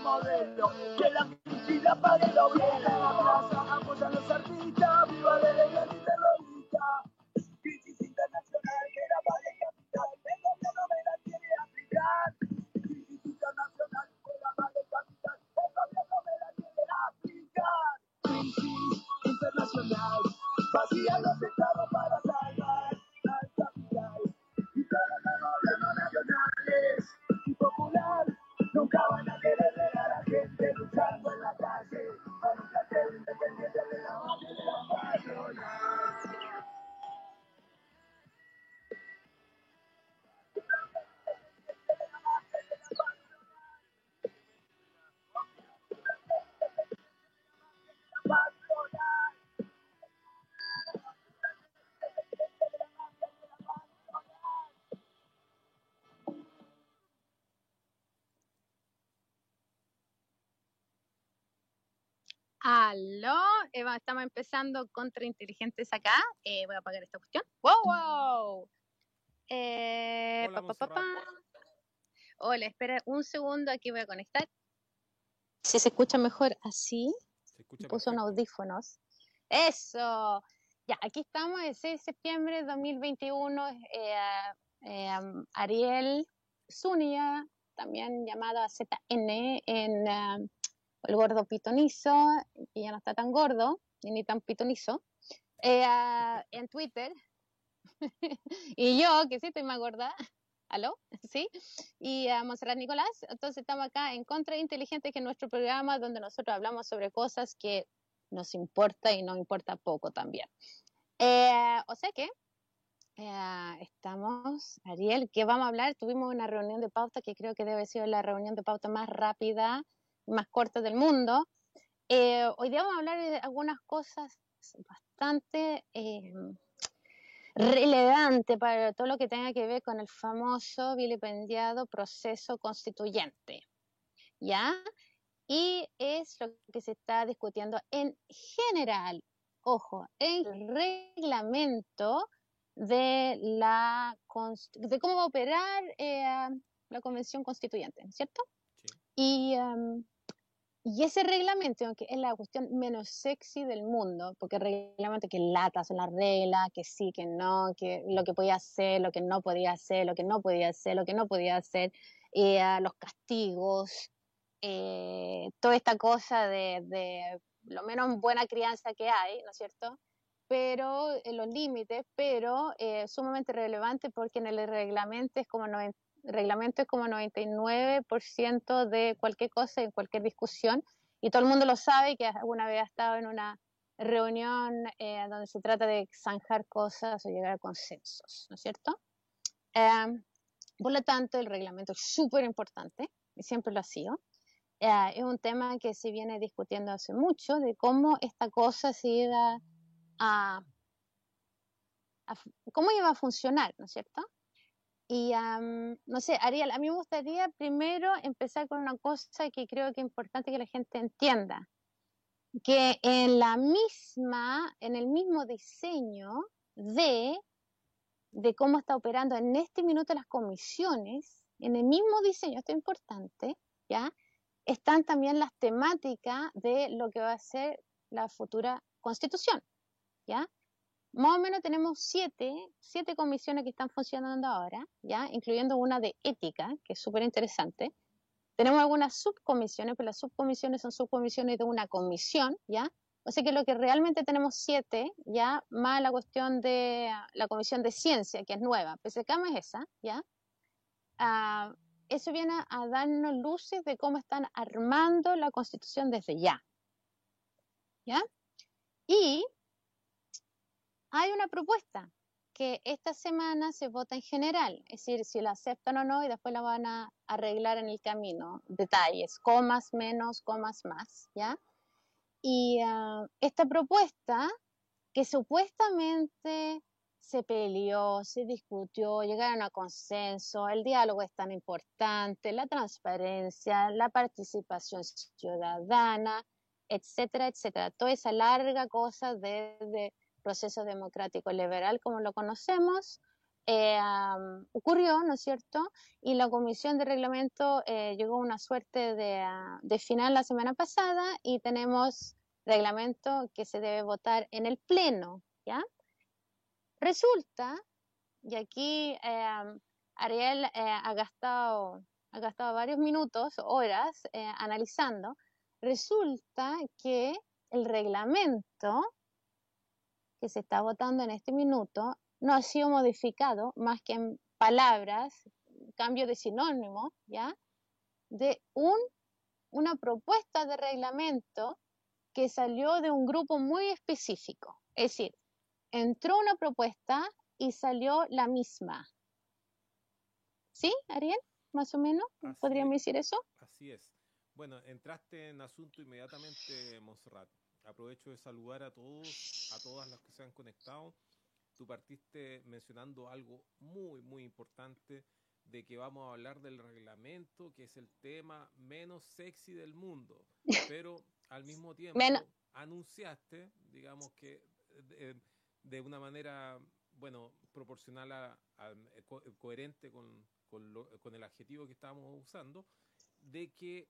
modelo, que la Cristina pague lo bien. En la plaza apoyan los artistas, viva la legal y terrorista. Crisis internacional que la pague capital, el gobierno me la quiere aplicar. Crisis internacional que la pague capital, el gobierno me la quiere aplicar. Crisis internacional, vacía los estados para salvar al capital. Y todos los gobiernos nacionales y popular nunca van a querer ver a la gente luchando en la calle para un cartel independiente de la base de la patronal. Aló, estamos empezando Contrainteligentes acá. Voy a apagar esta cuestión. ¡Wow! Hola, Hola, espera un segundo, aquí voy a conectar. Si se escucha mejor así, se escucha puso perfecto. audífonos. ¡Eso! Ya, aquí estamos, el 6 de septiembre de 2021. Ariel Zúñiga, también llamada ZN en el gordo pitonizo, que ya no está tan gordo ni tan pitonizo, en Twitter. Y yo, que sí estoy más gorda. ¿Aló? ¿Sí? Y Monserrat Nicolás. Entonces estamos acá en Contrainteligentes, que es nuestro programa donde nosotros hablamos sobre cosas que nos importa y nos importa poco también. O sea que estamos, Ariel, ¿qué vamos a hablar? Tuvimos una reunión de pauta que creo que debe haber sido la reunión de pauta más rápida y más corta del mundo. Hoy día vamos a hablar de algunas cosas bastante relevante para todo lo que tenga que ver con el famoso vilipendiado proceso constituyente, ¿ya? Y es lo que se está discutiendo en general, ojo, el reglamento de cómo va a operar la Convención Constituyente, ¿cierto? Sí. Y ese reglamento, que es la cuestión menos sexy del mundo, porque el reglamento que latas son las reglas, que sí, que no, que lo que podía hacer, lo que no podía hacer, lo que no podía hacer, lo que no podía hacer, los castigos, toda esta cosa de lo menos buena crianza que hay, ¿no es cierto? Pero los límites, pero sumamente relevante porque en el reglamento es como 99% de cualquier cosa, en cualquier discusión, y todo el mundo lo sabe que alguna vez ha estado en una reunión donde se trata de zanjar cosas o llegar a consensos, ¿no es cierto? Por lo tanto, el reglamento es súper importante, y siempre lo ha sido. Es un tema que se viene discutiendo hace mucho, de cómo esta cosa se iba cómo iba a funcionar, ¿no es cierto? Y no sé, Ariel, a mí me gustaría primero empezar con una cosa que creo que es importante que la gente entienda, que en el mismo diseño de cómo está operando en este minuto las comisiones, en el mismo diseño, esto es importante, ¿ya? Están también las temáticas de lo que va a ser la futura constitución, ¿ya? Más o menos tenemos siete comisiones que están funcionando ahora, ¿ya? Incluyendo una de ética, que es súper interesante. Tenemos algunas subcomisiones, pero las subcomisiones son subcomisiones de una comisión, ¿ya? O sea que lo que realmente tenemos 7, ¿ya? Más la cuestión de la comisión de ciencia, que es nueva. PSCAM es esa, ¿ya? Eso viene a darnos luces de cómo están armando la Constitución desde ya, ¿ya? Y hay una propuesta que esta semana se vota en general, es decir, si la aceptan o no, y después la van a arreglar en el camino, detalles, comas menos, comas más, ¿ya? Y esta propuesta, que supuestamente se peleó, se discutió, llegaron a consenso, el diálogo es tan importante, la transparencia, la participación ciudadana, etcétera, etcétera. Toda esa larga cosa desde proceso democrático liberal como lo conocemos, ocurrió, ¿no es cierto? Y la Comisión de Reglamento llegó a una suerte de final la semana pasada y tenemos reglamento que se debe votar en el Pleno, ¿ya? Resulta, y aquí Ariel ha gastado varios minutos, horas, analizando, resulta que el reglamento que se está votando en este minuto no ha sido modificado más que en palabras, cambio de sinónimo, ¿ya? De una propuesta de reglamento que salió de un grupo muy específico. Es decir, entró una propuesta y salió la misma. ¿Sí, Ariel? Más o menos, Así ¿podríamos es, decir eso? así es. Bueno, entraste en asunto inmediatamente, Montserrat. Aprovecho de saludar a todos, a todas las que se han conectado. Tú partiste mencionando algo muy, muy importante de que vamos a hablar del reglamento, que es el tema menos sexy del mundo, pero al mismo Menos, tiempo anunciaste, digamos que de una manera, bueno, proporcional coherente con el adjetivo que estábamos usando, de que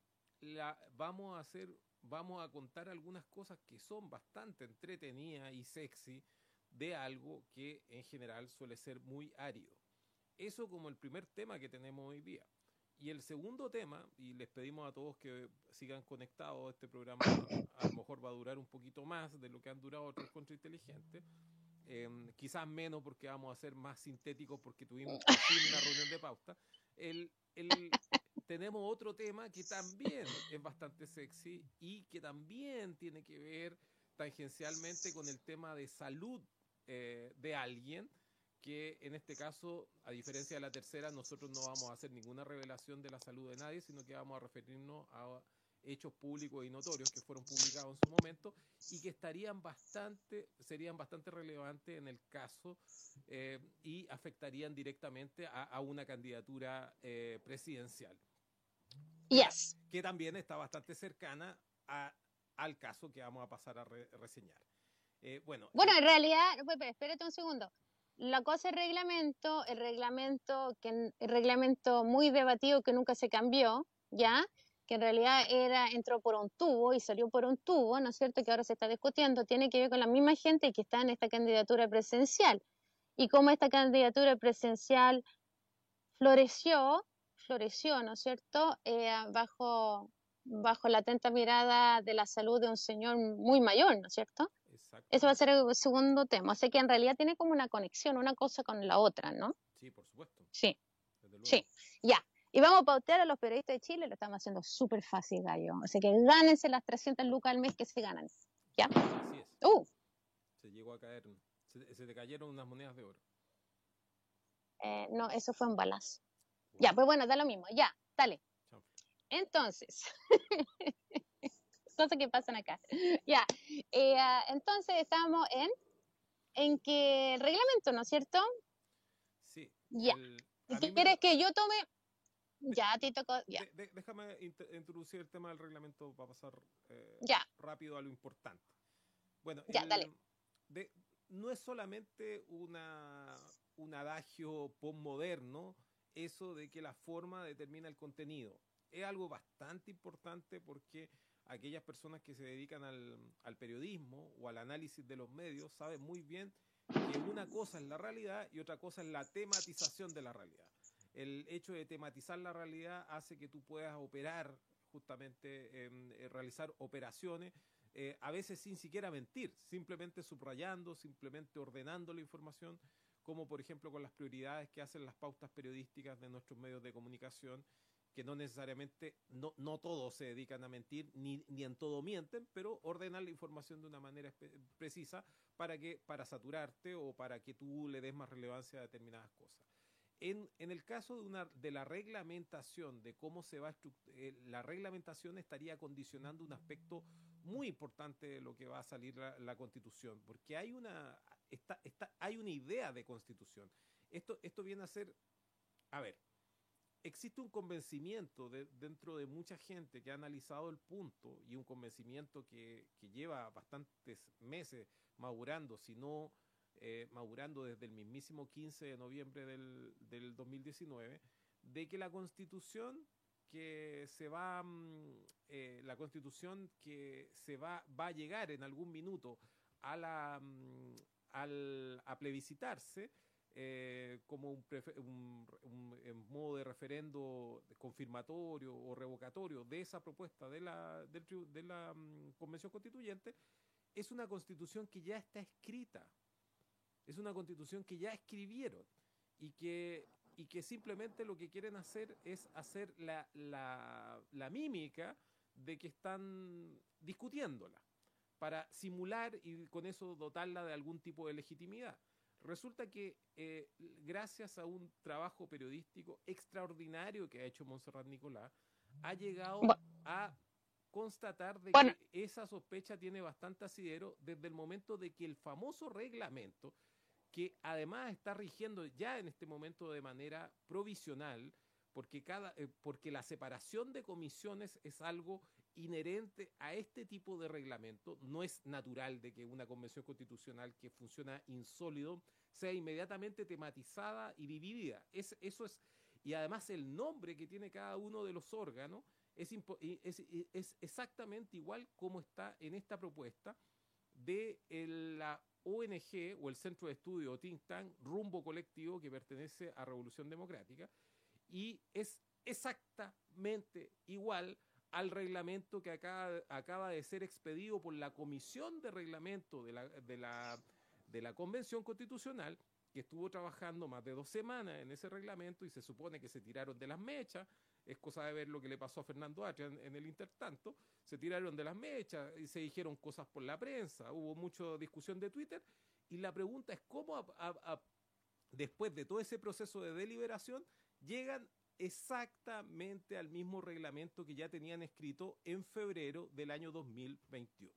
vamos a contar algunas cosas que son bastante entretenidas y sexy de algo que en general suele ser muy árido. Eso como el primer tema que tenemos hoy día. Y el segundo tema, y les pedimos a todos que sigan conectados, este programa a lo mejor va a durar un poquito más de lo que han durado otros contrainteligentes, quizás menos porque vamos a ser más sintéticos porque tuvimos por fin una reunión de pauta. El, el, tenemos otro tema que también es bastante sexy y que también tiene que ver tangencialmente con el tema de salud de alguien, que en este caso, a diferencia de la tercera, nosotros no vamos a hacer ninguna revelación de la salud de nadie, sino que vamos a referirnos a hechos públicos y notorios que fueron publicados en su momento y que serían bastante relevantes en el caso y afectarían directamente a una candidatura presidencial, yes. que también está bastante cercana al caso que vamos a pasar a reseñar. Bueno, Bueno, en realidad, espérate un segundo. La cosa es el reglamento muy debatido que nunca se cambió, ¿ya? Que en realidad entró por un tubo y salió por un tubo, ¿no es cierto? Que ahora se está discutiendo, tiene que ver con la misma gente que está en esta candidatura presidencial. Y cómo esta candidatura presidencial floreció, ¿no es cierto? Bajo la atenta mirada de la salud de un señor muy mayor, ¿no es cierto? Eso va a exactamente. ser el segundo tema. O sea que en realidad tiene como una conexión, una cosa con la otra, ¿no? Sí, por supuesto, Sí, desde luego. sí, ya. Y vamos a pautear a los periodistas de Chile, lo estamos haciendo súper fácil, gallo. O sea que gánense las 300 lucas al mes que se ganan. ¿Ya? Así es. Uh, Se llegó a caer, se te cayeron unas monedas de oro. no, eso fue un balazo. Uf, Ya, pues bueno, da lo mismo. Ya, dale. chanfle. Entonces, cosas que pasan acá. Ya, entonces estamos en que reglamento, ¿no es cierto? Sí, Ya. a mí me ¿Quieres que yo tome? de- Ya, a ti tocó, ya, déjame introducir el tema del reglamento para pasar ya, rápido a lo importante. Bueno, ya, dale. de, no es solamente un adagio postmoderno eso de que la forma determina el contenido. Es algo bastante importante porque aquellas personas que se dedican al periodismo o al análisis de los medios saben muy bien que una cosa es la realidad y otra cosa es la tematización de la realidad. El hecho de tematizar la realidad hace que tú puedas operar justamente, realizar operaciones a veces sin siquiera mentir, simplemente subrayando, simplemente ordenando la información, como por ejemplo con las prioridades que hacen las pautas periodísticas de nuestros medios de comunicación, que no necesariamente, no todos se dedican a mentir, ni en todo mienten, pero ordenan la información de una manera precisa para saturarte o para que tú le des más relevancia a determinadas cosas. En el caso de la reglamentación, de cómo se va a la reglamentación estaría condicionando un aspecto muy importante de lo que va a salir la Constitución, porque hay una idea de Constitución. Esto viene a ser, a ver, existe un convencimiento dentro de mucha gente que ha analizado el punto y un convencimiento que lleva bastantes meses madurando, si no madurando desde el mismísimo 15 de noviembre del 2019, de que la constitución que se va, la constitución que se va a llegar en algún minuto a a plebiscitarse, como en modo de referendo confirmatorio o revocatorio de esa propuesta de la Convención Constituyente, es una constitución que ya está escrita, es una constitución que ya escribieron y que simplemente lo que quieren hacer es hacer la mímica de que están discutiéndola para simular y con eso dotarla de algún tipo de legitimidad. Resulta que gracias a un trabajo periodístico extraordinario que ha hecho Montserrat Nicolás, ha llegado a constatar de que esa sospecha tiene bastante asidero desde el momento de que el famoso reglamento, que además está rigiendo ya en este momento de manera provisional, porque la separación de comisiones es algo inherente a este tipo de reglamento. No es natural de que una convención constitucional que funciona insólido sea inmediatamente tematizada y dividida. Eso es, y además el nombre que tiene cada uno de los órganos es exactamente igual como está en esta propuesta de la ONG o el Centro de Estudio o Think Tank Rumbo Colectivo, que pertenece a Revolución Democrática, y es exactamente igual al reglamento que acaba de ser expedido por la Comisión de Reglamento de la Convención Constitucional, que estuvo trabajando más de 2 semanas en ese reglamento y se supone que se tiraron de las mechas. Es cosa de ver lo que le pasó a Fernando Atria en el intertanto. Se tiraron de las mechas y se dijeron cosas por la prensa, hubo mucha discusión de Twitter, y la pregunta es cómo después de todo ese proceso de deliberación llegan exactamente al mismo reglamento que ya tenían escrito en febrero del año 2021.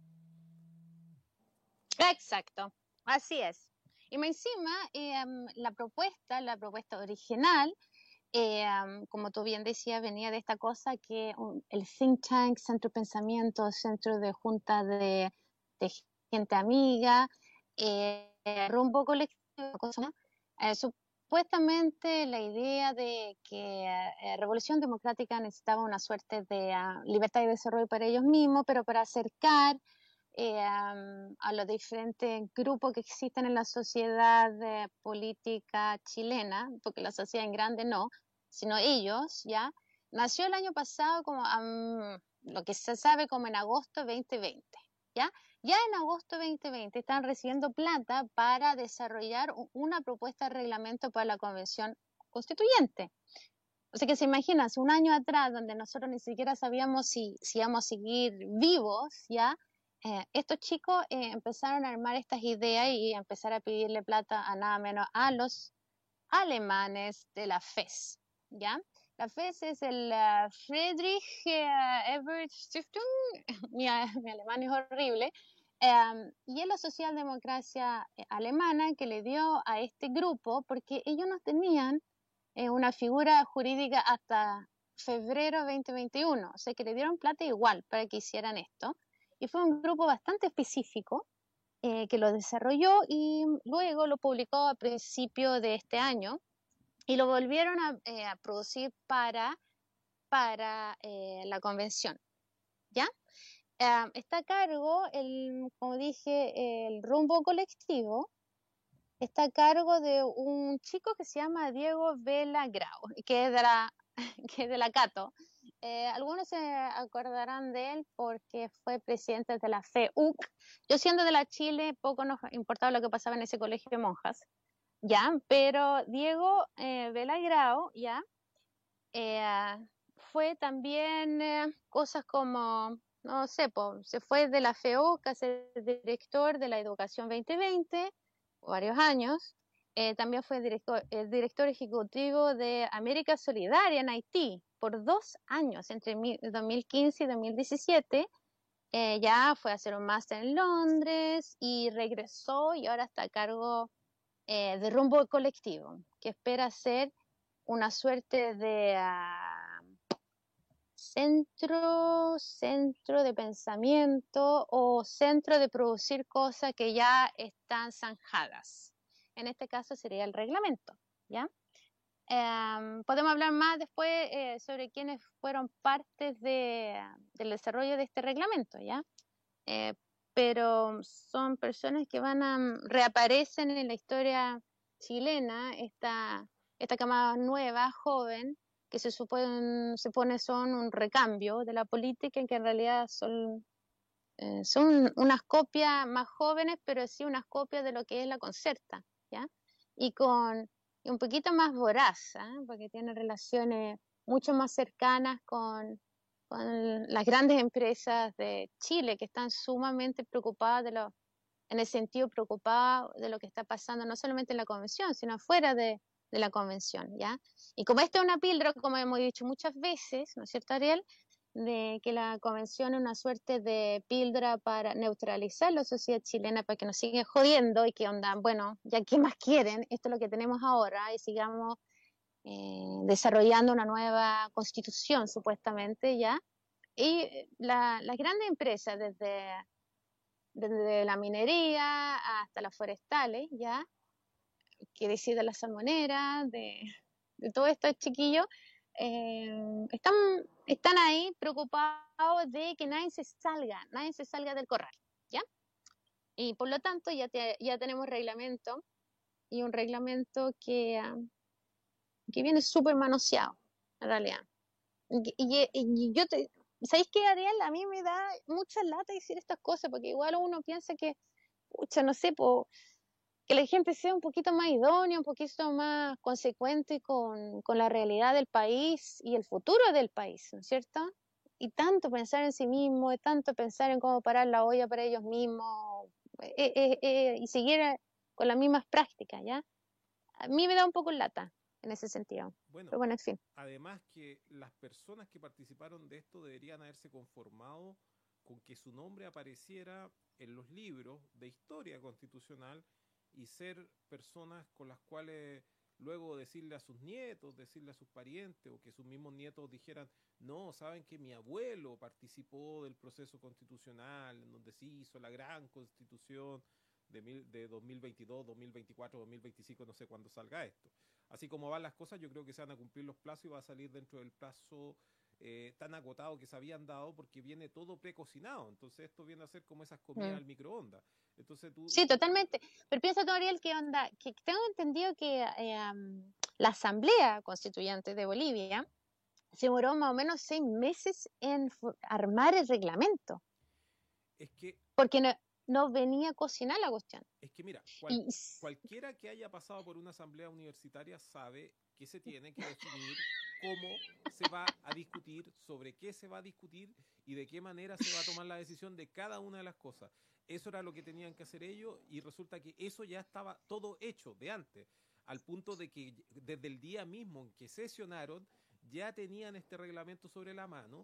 Exacto, así es. Y más encima, la propuesta original, como tú bien decías, venía de esta cosa que el think tank, centro de pensamiento, centro de junta de gente amiga, rumbo colectivo, cosa, supuestamente la idea de que Revolución Democrática necesitaba una suerte de libertad y desarrollo para ellos mismos, pero para acercar a los diferentes grupos que existen en la sociedad política chilena, porque la sociedad en grande no, sino ellos, ¿ya? Nació el año pasado como lo que se sabe como en agosto 2020, ¿ya? Ya en agosto 2020 están recibiendo plata para desarrollar una propuesta de reglamento para la Convención Constituyente. O sea que se imagina, hace un año atrás, donde nosotros ni siquiera sabíamos si íbamos a seguir vivos, ¿ya? Estos chicos empezaron a armar estas ideas y empezar a pedirle plata a nada menos a los alemanes de la FES, ¿ya? La FES es el Friedrich Ebert Stiftung, mi alemán es horrible, y es la socialdemocracia alemana que le dio a este grupo, porque ellos no tenían una figura jurídica hasta febrero 2021, o sea que le dieron plata igual para que hicieran esto, y fue un grupo bastante específico que lo desarrolló y luego lo publicó a principio de este año y lo volvieron a producir para la convención, ¿ya? Está a cargo, como dije, el rumbo colectivo, está a cargo de un chico que se llama Diego Vela Grau, que es que es de la Cato. Algunos se acordarán de él porque fue presidente de la FEUC. Yo siendo de la Chile, poco nos importaba lo que pasaba en ese colegio de monjas, ¿ya? Pero Diego Vela Grau, ¿ya? Fue también cosas como, no sé, se fue de la FEUC a ser director de la Educación 2020, varios años. También fue director ejecutivo de América Solidaria en Haití por 2 años, entre 2015 y 2017. Ya fue a hacer un máster en Londres y regresó y ahora está a cargo de Rumbo Colectivo, que espera ser una suerte de centro de pensamiento o centro de producir cosas que ya están zanjadas. En este caso sería el reglamento, ¿ya? Podemos hablar más después sobre quiénes fueron partes del desarrollo de este reglamento, ¿ya? Pero son personas que reaparecen en la historia chilena, esta camada nueva, joven, que se supone son un recambio de la política, que en realidad son unas copias más jóvenes, pero sí unas copias de lo que es la Concerta, ¿ya? Y un poquito más voraz, porque tiene relaciones mucho más cercanas con las grandes empresas de Chile, que están sumamente preocupadas en el sentido preocupadas de lo que está pasando, no solamente en la convención, sino fuera de la convención, ¿ya? Y como esta es una píldora, como hemos dicho muchas veces, ¿no es cierto, Ariel?, de que la convención es una suerte de píldora para neutralizar la sociedad chilena, para que nos sigan jodiendo y que onda, bueno, ya qué más quieren, esto es lo que tenemos ahora y sigamos desarrollando una nueva constitución supuestamente, ¿ya? Y las grandes empresas, desde la minería hasta las forestales, ¿ya? Que deciden las salmoneras, de todos estos chiquillos, están ahí preocupados de que nadie se salga del corral, ¿ya? Y por lo tanto ya tenemos reglamento, y un reglamento que viene súper manoseado, en realidad. Y ¿sabéis qué, Ariel? A mí me da mucha lata decir estas cosas, porque igual uno piensa que, pucha, no sé, que la gente sea un poquito más idónea, un poquito más consecuente con la realidad del país y el futuro del país, ¿no es cierto? Y tanto pensar en sí mismo, y tanto pensar en cómo parar la olla para ellos mismos, y seguir con las mismas prácticas, ¿ya? A mí me da un poco lata en ese sentido. Bueno, Pero bueno, en fin. además que las personas que participaron de esto deberían haberse conformado con que su nombre apareciera en los libros de historia constitucional y ser personas con las cuales luego decirle a sus nietos, decirle a sus parientes o que sus mismos nietos dijeran, no, saben que mi abuelo participó del proceso constitucional en donde se hizo la gran constitución de 2022, 2024, 2025, no sé cuándo salga esto. Así como van las cosas, yo creo que se van a cumplir los plazos y va a salir dentro del plazo tan agotado que se habían dado porque viene todo precocinado. Entonces esto viene a ser como esas comidas al microondas. Entonces Sí, totalmente. Pero piensa tú, Ariel, que onda, que tengo entendido que la Asamblea Constituyente de Bolivia se demoró más o menos 6 meses en armar el reglamento, es que porque no venía a cocinar la cuestión. Es que mira, Y cualquiera que haya pasado por una asamblea universitaria sabe que se tiene que definir cómo se va a discutir, sobre qué se va a discutir y de qué manera se va a tomar la decisión de cada una de las cosas. Eso era lo que tenían que hacer ellos y resulta que eso ya estaba todo hecho de antes, al punto de que desde el día mismo en que sesionaron ya tenían este reglamento sobre la mano.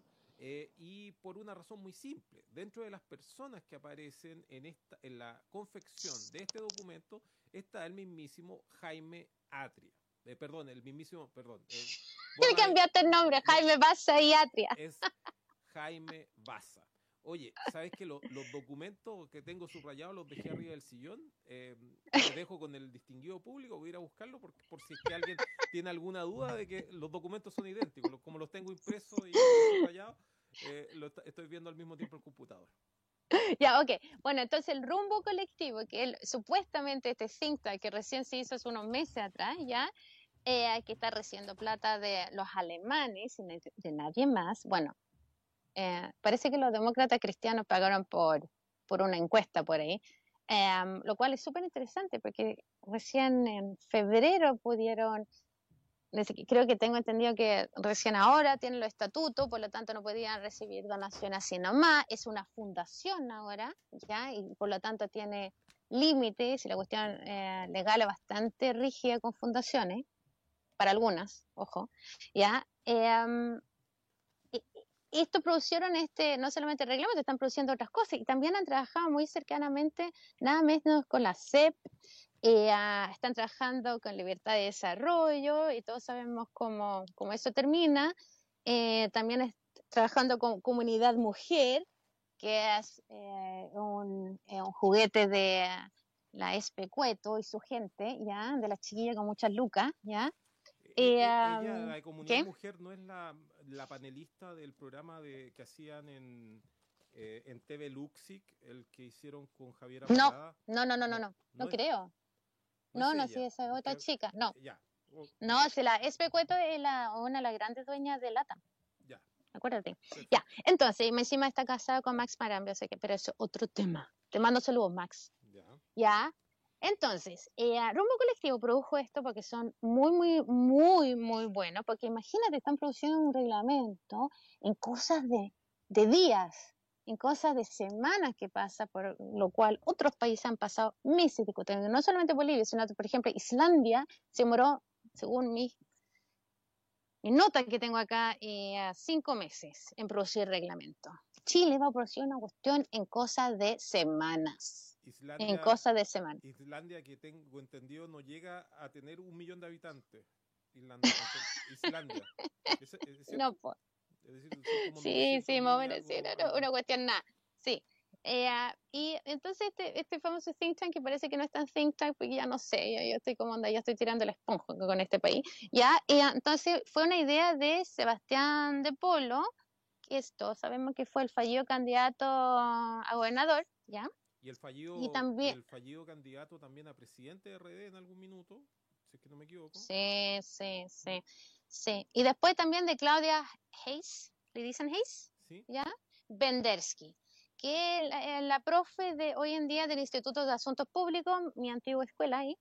Y por una razón muy simple, dentro de las personas que aparecen en la confección de este documento está el mismísimo Jaime Atria. Perdón, el mismísimo, perdón. le cambiaste el nombre, Jaime Baza y Atria. Es Jaime Baza. Oye, ¿sabes que los documentos que tengo subrayados los dejé arriba del sillón? Los dejo con el distinguido público, voy a ir a buscarlo por si es que alguien tiene alguna duda de que los documentos son idénticos. Como los tengo impresos y subrayados, estoy viendo al mismo tiempo el computador. Ya, ok. Bueno, entonces el rumbo colectivo, que supuestamente este think tank que recién se hizo hace unos meses atrás, ya, que está recibiendo plata de los alemanes y de nadie más. Bueno, parece que los demócratas cristianos pagaron por una encuesta por ahí, lo cual es súper interesante porque recién en febrero creo que tengo entendido que recién ahora tienen los estatutos, por lo tanto no podían recibir donaciones así nomás, es una fundación ahora, ¿ya? Y por lo tanto tiene límites y la cuestión legal es bastante rígida con fundaciones, para algunas, ojo, ¿ya? Esto produjeron no solamente el reglamento, están produciendo otras cosas y también han trabajado muy cercanamente, nada menos con la CEP, están trabajando con libertad de desarrollo y todos sabemos cómo eso termina. También trabajando con Comunidad Mujer, que es un juguete de la Espe Cueto y su gente, ¿ya? De la chiquilla con muchas lucas, ¿ya? Ella, la Comunidad ¿Qué? Mujer, ¿no es la panelista del programa que hacían en TV Luxic, el que hicieron con Javiera No, Parada? no, no, no, no, No, no, no no es, creo. no es No, no, sí, ella, esa es otra porque chica. No, ya, ok, no, si la Espe Cueto es una de las grandes dueñas de LATAM. ya, Acuérdate. Ya, perfecto, entonces, me encima está casada con Max Marambio, sé que, pero eso es otro tema. Te mando saludos, Max. ya. Ya. Entonces, Rumbo Colectivo produjo esto porque son muy, muy, muy, muy buenos, porque imagínate, están produciendo un reglamento en cosas de días, en cosas de semanas que pasa, por lo cual otros países han pasado meses discutiendo, no solamente Bolivia, sino, por ejemplo, Islandia se demoró, según mi nota que tengo acá, 5 meses en producir reglamento. Chile va a producir una cuestión en cosas de semanas. En Islandia, cosas de semanas. Islandia, que tengo entendido, no llega a tener 1 millón de habitantes. Islandia, ¿es No, cierto? pues. Es decir, son como Sí, 900 sí, más o mil y menos, sí, algo no, una habitantes. cuestión nada. Sí. Y entonces este famoso think tank, que parece que no es tan think tank, porque ya no sé, yo estoy como onda, ya estoy tirando la esponja con este país. Ya, entonces fue una idea de Sebastián de Polo, que esto sabemos que fue el fallido candidato a gobernador, ¿ya? Y Y también, el fallido candidato también a presidente de RD en algún minuto, si es que no me equivoco. sí, sí, ¿Mm? sí, sí. Y después también de Claudia Hayes, ¿le dicen Hayes? ¿Sí? ¿Ya? Bendersky, que es la profe de hoy en día del Instituto de Asuntos Públicos, mi antigua escuela ahí,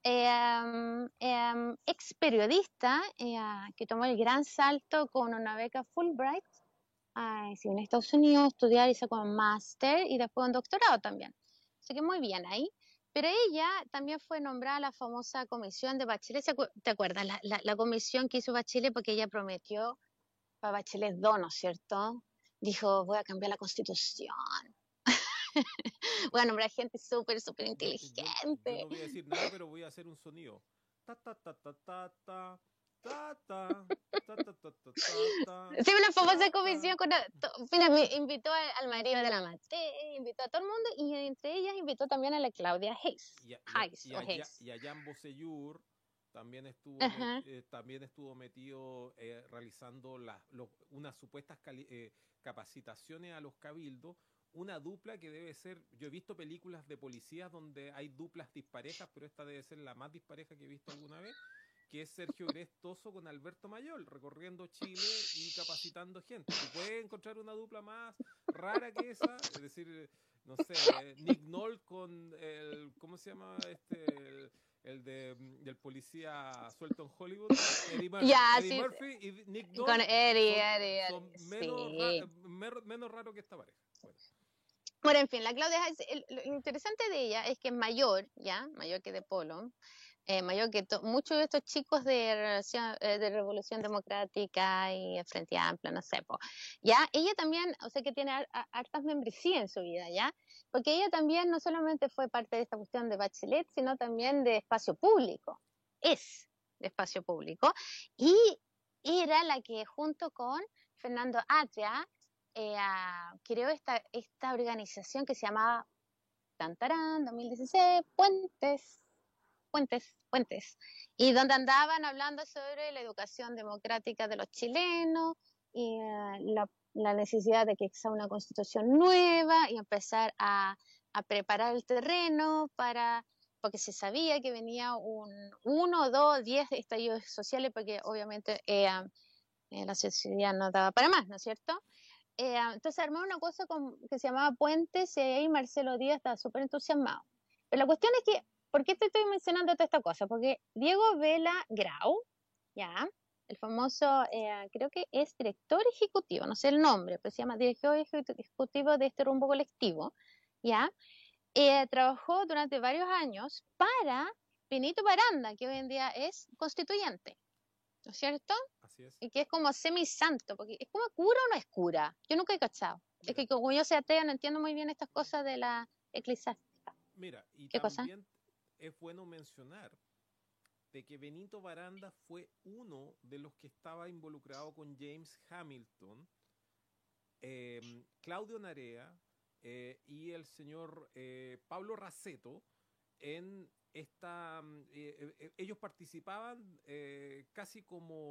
ex periodista que tomó el gran salto con una beca Fulbright, sí, en Estados Unidos, estudiar y sacó un máster y después un doctorado también. Así que muy bien ahí. Pero ella también fue nombrada a la famosa comisión de Bachelet. ¿Te acuerdas? La comisión que hizo Bachelet porque ella prometió para Bachelet 2, ¿no es cierto? Dijo, voy a cambiar la constitución. Voy a nombrar gente súper, súper Yo inteligente. no voy a decir nada, pero voy a hacer un sonido. Ta ta ta ta ta ta ta ta ta ta ta ta ta ta Sí, una famosa ta ta. comisión mira, me invitó al marido de la Mate, invitó a todo el mundo y entre ellas invitó también a la Claudia Hayes. Hayes o Hayes. Y a Jan Bosellur Ajá. también estuvo metido realizando unas supuestas capacitaciones a los cabildos, una dupla que debe ser, yo he visto películas de policías donde hay duplas disparejas, pero esta debe ser la más dispareja que he visto alguna vez, que es Sergio Grestoso con Alberto Mayor, recorriendo Chile y capacitando gente. ¿Tú puedes encontrar una dupla más rara que esa? Es decir, no sé, Nick Noll con ¿cómo se llama del policía suelto en Hollywood? Eddie Murphy. Ya, Eddie sí, Murphy y Nick con Noll son Sí. menos raros que esta pareja. Bueno, Bueno, en fin, la Claudia Hayes, lo interesante de ella es que es mayor, ¿ya? Mayor que de Polo, mayor que muchos de estos chicos de Revolución Democrática y Frente Amplio, no sé, po, ¿ya? Ella también, o sea, que tiene hartas membresías en su vida, ¿ya? Porque ella también no solamente fue parte de esta cuestión de Bachelet, sino también de espacio público, es de espacio público, y era la que junto con Fernando Atria creó esta organización que se llamaba Tantarán 2016, Puentes, y donde andaban hablando sobre la educación democrática de los chilenos y la necesidad de que exista una constitución nueva y empezar a preparar el terreno porque se sabía que venía 1, 2, 10 estallidos sociales, porque obviamente la sociedad no daba para más, ¿no es cierto? Entonces armó una cosa que se llamaba Puentes y ahí Marcelo Díaz estaba súper entusiasmado. Pero la cuestión es que, ¿por qué te estoy mencionando toda esta cosa? Porque Diego Vela Grau, ya, el famoso, creo que es director ejecutivo, no sé el nombre, pero se llama director ejecutivo de este rumbo colectivo, ya, trabajó durante varios años para Benito Baranda, que hoy en día es constituyente, ¿no es cierto? así es. Y que es como semi-santo, porque ¿es como cura o no es cura? Yo nunca he cachado. Es Mira, que como yo soy atea, no entiendo muy bien estas cosas de la eclesiástica. y ¿Qué cosa? también es bueno mencionar de que Benito Baranda fue uno de los que estaba involucrado con James Hamilton Claudio Narea y el señor Pablo Raceto en esta... ellos participaban casi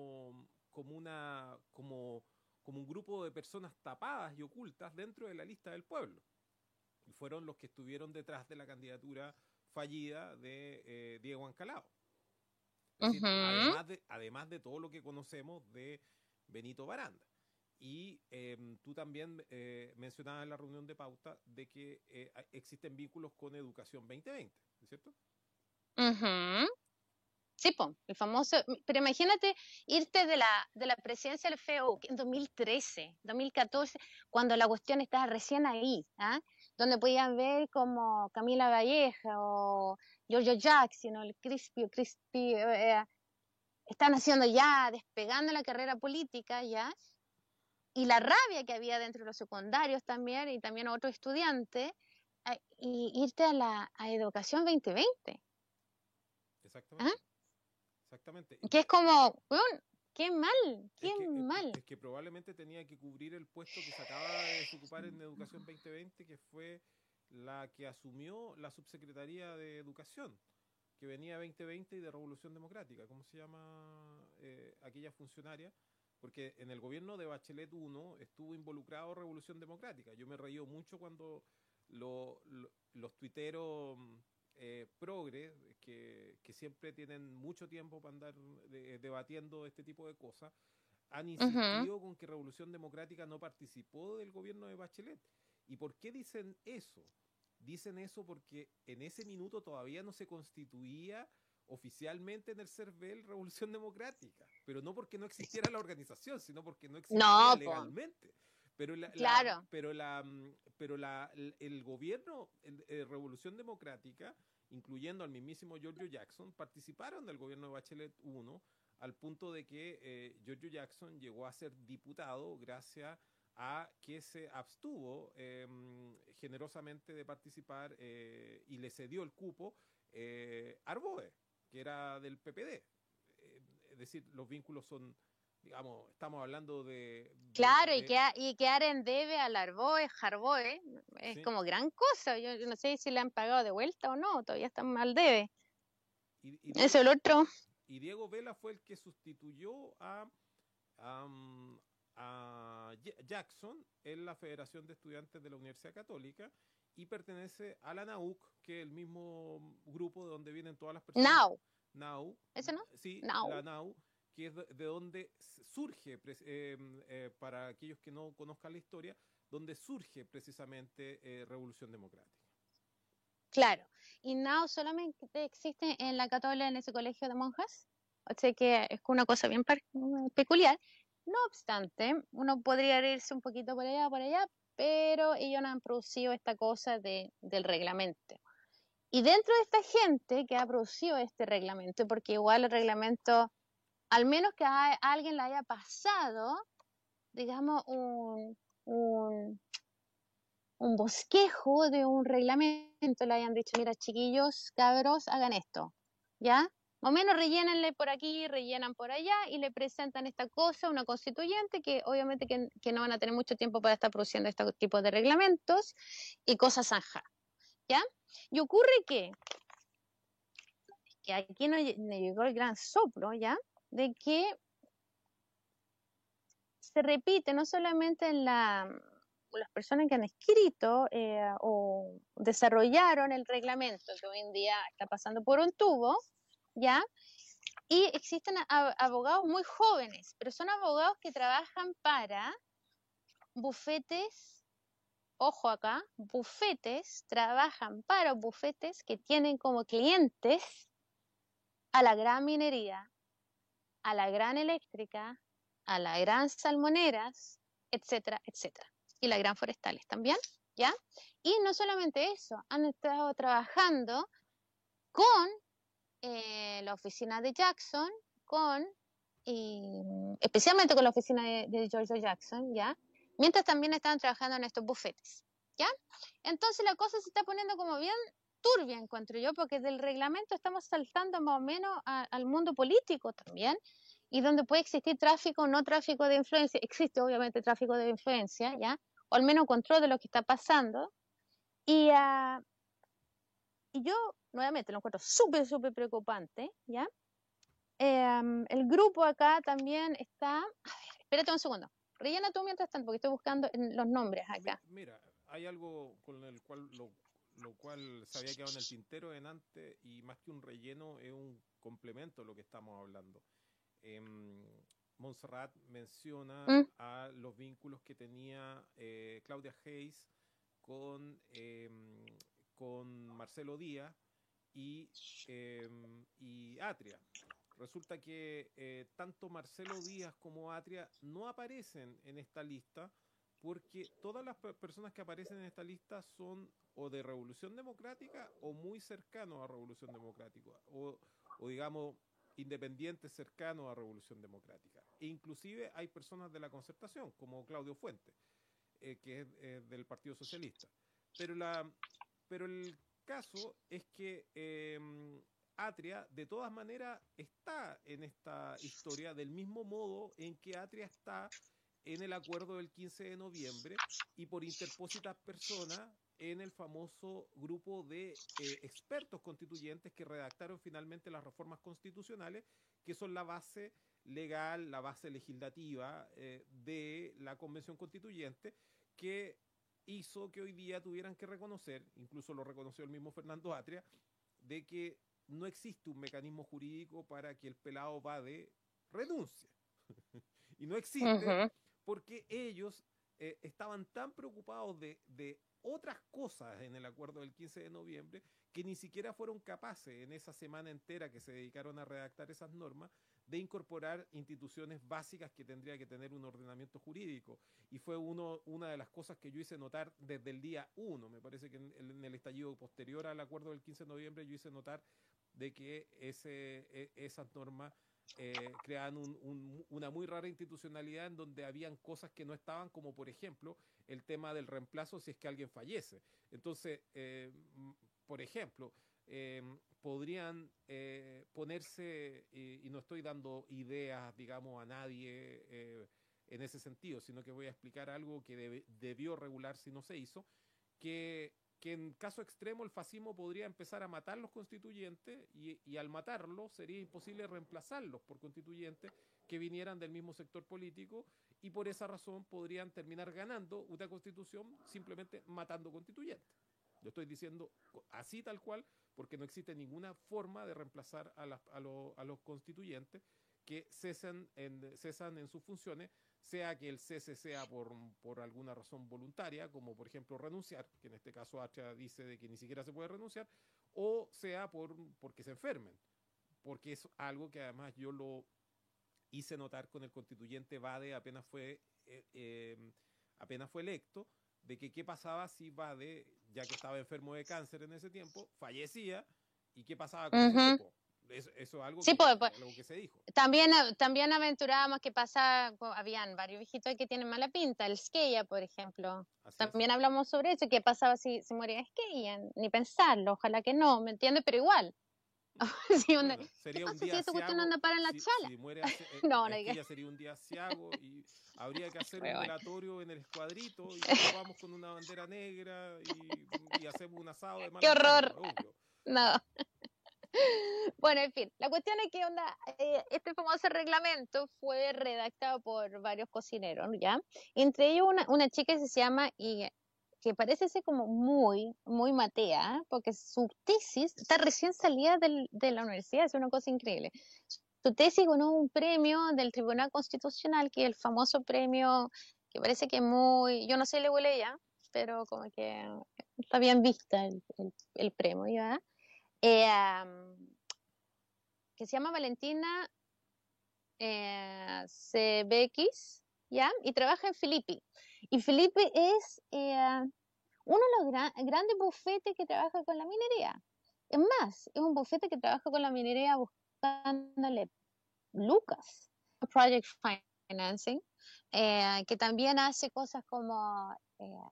como un grupo de personas tapadas y ocultas dentro de la lista del pueblo. Y fueron los que estuvieron detrás de la candidatura fallida de Diego Ancalao. Es decir, además de todo lo que conocemos de Benito Baranda. Y tú también mencionabas en la reunión de pauta de que existen vínculos con Educación 2020, ¿no es cierto? Sí, po, el famoso, pero imagínate irte de la presidencia del FEU en 2013, 2014, cuando la cuestión estaba recién ahí, ¿ah? Donde podían ver como Camila Valleja o Giorgio Jackson o el Crispy, están haciendo ya, despegando la carrera política ya, y la rabia que había dentro de los secundarios también, y también otros estudiantes, y irte a Educación 2020. Exactamente. ¿Ah? Exactamente. Que es como, bueno, qué mal, qué mal. Es que probablemente tenía que cubrir el puesto que se acaba de desocupar en Educación 2020, que fue la que asumió la subsecretaría de Educación, que venía 2020 y de Revolución Democrática. ¿Cómo se llama aquella funcionaria? Porque en el gobierno de Bachelet 1 estuvo involucrado Revolución Democrática. Yo me reí mucho cuando los tuiteros progres, que siempre tienen mucho tiempo para andar debatiendo este tipo de cosas, han insistido con que Revolución Democrática no participó del gobierno de Bachelet. ¿Y por qué dicen eso? Dicen eso porque en ese minuto todavía no se constituía oficialmente en el CERVEL Revolución Democrática, pero no porque no existiera la organización, sino porque no existía legalmente. Pero claro. El gobierno Revolución Democrática, incluyendo al mismísimo Giorgio Jackson, participaron del gobierno de Bachelet 1 al punto de que Giorgio Jackson llegó a ser diputado gracias a que se abstuvo generosamente de participar y le cedió el cupo Arboe, que era del PPD. Es decir, los vínculos son, digamos, estamos hablando de... Claro, y quedar en debe al Arboe, es ¿sí? como gran cosa. Yo no sé si le han pagado de vuelta o no, todavía están mal debe. Eso es el otro. Y Diego Vela fue el que sustituyó a Jackson en la Federación de Estudiantes de la Universidad Católica y pertenece a la NAUC, que es el mismo grupo de donde vienen todas las personas. NAU. ¿Eso no? Sí, NAU. la NAU, que es de donde surge, para aquellos que no conozcan la historia, donde surge precisamente Revolución Democrática. Claro, y NAU solamente existe en la Católica, en ese colegio de monjas, o sea que es una cosa bien peculiar. No obstante, uno podría irse un poquito por allá, pero ellos no han producido esta cosa del reglamento. Y dentro de esta gente que ha producido este reglamento, porque igual el reglamento, al menos que a alguien le haya pasado, digamos, un bosquejo de un reglamento, le hayan dicho, mira, chiquillos, cabros, hagan esto, ¿ya? Más o menos rellénenle por aquí, rellenan por allá y le presentan esta cosa, una constituyente que obviamente que no van a tener mucho tiempo para estar produciendo este tipo de reglamentos y cosas zanjas, ¿ya? Y ocurre que aquí nos llegó el gran soplo, ¿ya? De que se repite no solamente en las personas que han escrito o desarrollaron el reglamento, que hoy en día está pasando por un tubo, ¿ya? Y existen abogados muy jóvenes, pero son abogados que trabajan para bufetes, ojo acá, trabajan para bufetes que tienen como clientes a la gran minería, a la gran eléctrica, a la gran salmoneras, etcétera, etcétera. Y la gran forestales también, ¿ya? Y no solamente eso, han estado trabajando con la oficina de Jackson, especialmente con la oficina de George Jackson, ¿ya? Mientras también estaban trabajando en estos bufetes, ¿ya? Entonces la cosa se está poniendo como bien turbia, encuentro yo, porque del reglamento estamos saltando más o menos al mundo político también, y donde puede existir tráfico o no tráfico de influencia. Existe obviamente tráfico de influencia, ¿ya? O al menos control de lo que está pasando. Y, y yo, nuevamente, lo encuentro súper, súper preocupante, ¿ya? El grupo acá también está... A ver, espérate un segundo. Rellena tú mientras tanto, porque estoy buscando los nombres acá. Mira, hay algo con el cual lo cual se había quedado en el tintero en antes y más que un relleno es un complemento a lo que estamos hablando. Montserrat menciona a los vínculos que tenía Claudia Hayes con Marcelo Díaz y Atria. Resulta que tanto Marcelo Díaz como Atria no aparecen en esta lista porque todas las personas que aparecen en esta lista son o de Revolución Democrática o muy cercanos a Revolución Democrática o digamos independientes cercanos a Revolución Democrática. E inclusive hay personas de la Concertación como Claudio Fuentes, que es del Partido Socialista. Pero el caso es que Atria de todas maneras está en esta historia del mismo modo en que Atria está en el acuerdo del 15 de noviembre y por interpósitas personas en el famoso grupo de expertos constituyentes que redactaron finalmente las reformas constitucionales, que son la base legal, la base legislativa de la Convención Constituyente, que hizo que hoy día tuvieran que reconocer, incluso lo reconoció el mismo Fernando Atria, de que no existe un mecanismo jurídico para que el pelado Bade renuncie. Y no existe porque ellos estaban tan preocupados de otras cosas en el acuerdo del 15 de noviembre que ni siquiera fueron capaces en esa semana entera que se dedicaron a redactar esas normas de incorporar instituciones básicas que tendría que tener un ordenamiento jurídico. Y fue una de las cosas que yo hice notar desde el día 1. Me parece que en el estallido posterior al acuerdo del 15 de noviembre yo hice notar de que esas normas creaban una muy rara institucionalidad en donde habían cosas que no estaban, como por ejemplo el tema del reemplazo si es que alguien fallece. Entonces, por ejemplo, podrían ponerse, y no estoy dando ideas, digamos, a nadie en ese sentido, sino que voy a explicar algo que debió regularse y no se hizo, que en caso extremo el fascismo podría empezar a matar los constituyentes y al matarlos sería imposible reemplazarlos por constituyentes que vinieran del mismo sector político y por esa razón podrían terminar ganando una constitución simplemente matando constituyentes. Lo estoy diciendo así tal cual porque no existe ninguna forma de reemplazar a los constituyentes que cesan en sus funciones, sea que el cese sea por alguna razón voluntaria, como por ejemplo renunciar, que en este caso Atria dice de que ni siquiera se puede renunciar, o sea porque se enfermen, porque es algo que además yo lo hice notar con el constituyente Bade apenas fue electo, de que qué pasaba si Bade, ya que estaba enfermo de cáncer en ese tiempo, fallecía, y qué pasaba con su grupo. Eso es algo, sí, algo que se dijo. También aventurábamos que pasa, habían varios viejitos que tienen mala pinta, el Skeia, por ejemplo. Así también hablamos sobre eso, qué pasaba si moría Skeia, ni pensarlo, ojalá que no, ¿me entiendes? Pero igual. Sí, bueno, sería ¿qué un pasa día si esta cuestión anda para la chala? Si muere no, Skeia sería un día asiago y habría que hacer un velatorio en el escuadrito y vamos con una bandera negra y hacemos un asado de mala ¡Qué horror! Sangre, obvio. No. Bueno, en fin, la cuestión es que este famoso reglamento fue redactado por varios cocineros, ¿ya? Entre ellos una chica que se llama, y que parece ser como muy, muy matea, porque su tesis está recién salida de la universidad, es una cosa increíble. Su tesis ganó un premio del Tribunal Constitucional, que es el famoso premio que parece que muy, yo no sé, le huele ya, pero como que está bien vista el premio, ¿ya? Que se llama Valentina CBX, ¿ya? Y trabaja en Filippi. Y Filippi es uno de los grandes bufetes que trabaja con la minería. Es más, es un bufete que trabaja con la minería buscándole lucas. Project Financing, que también hace cosas como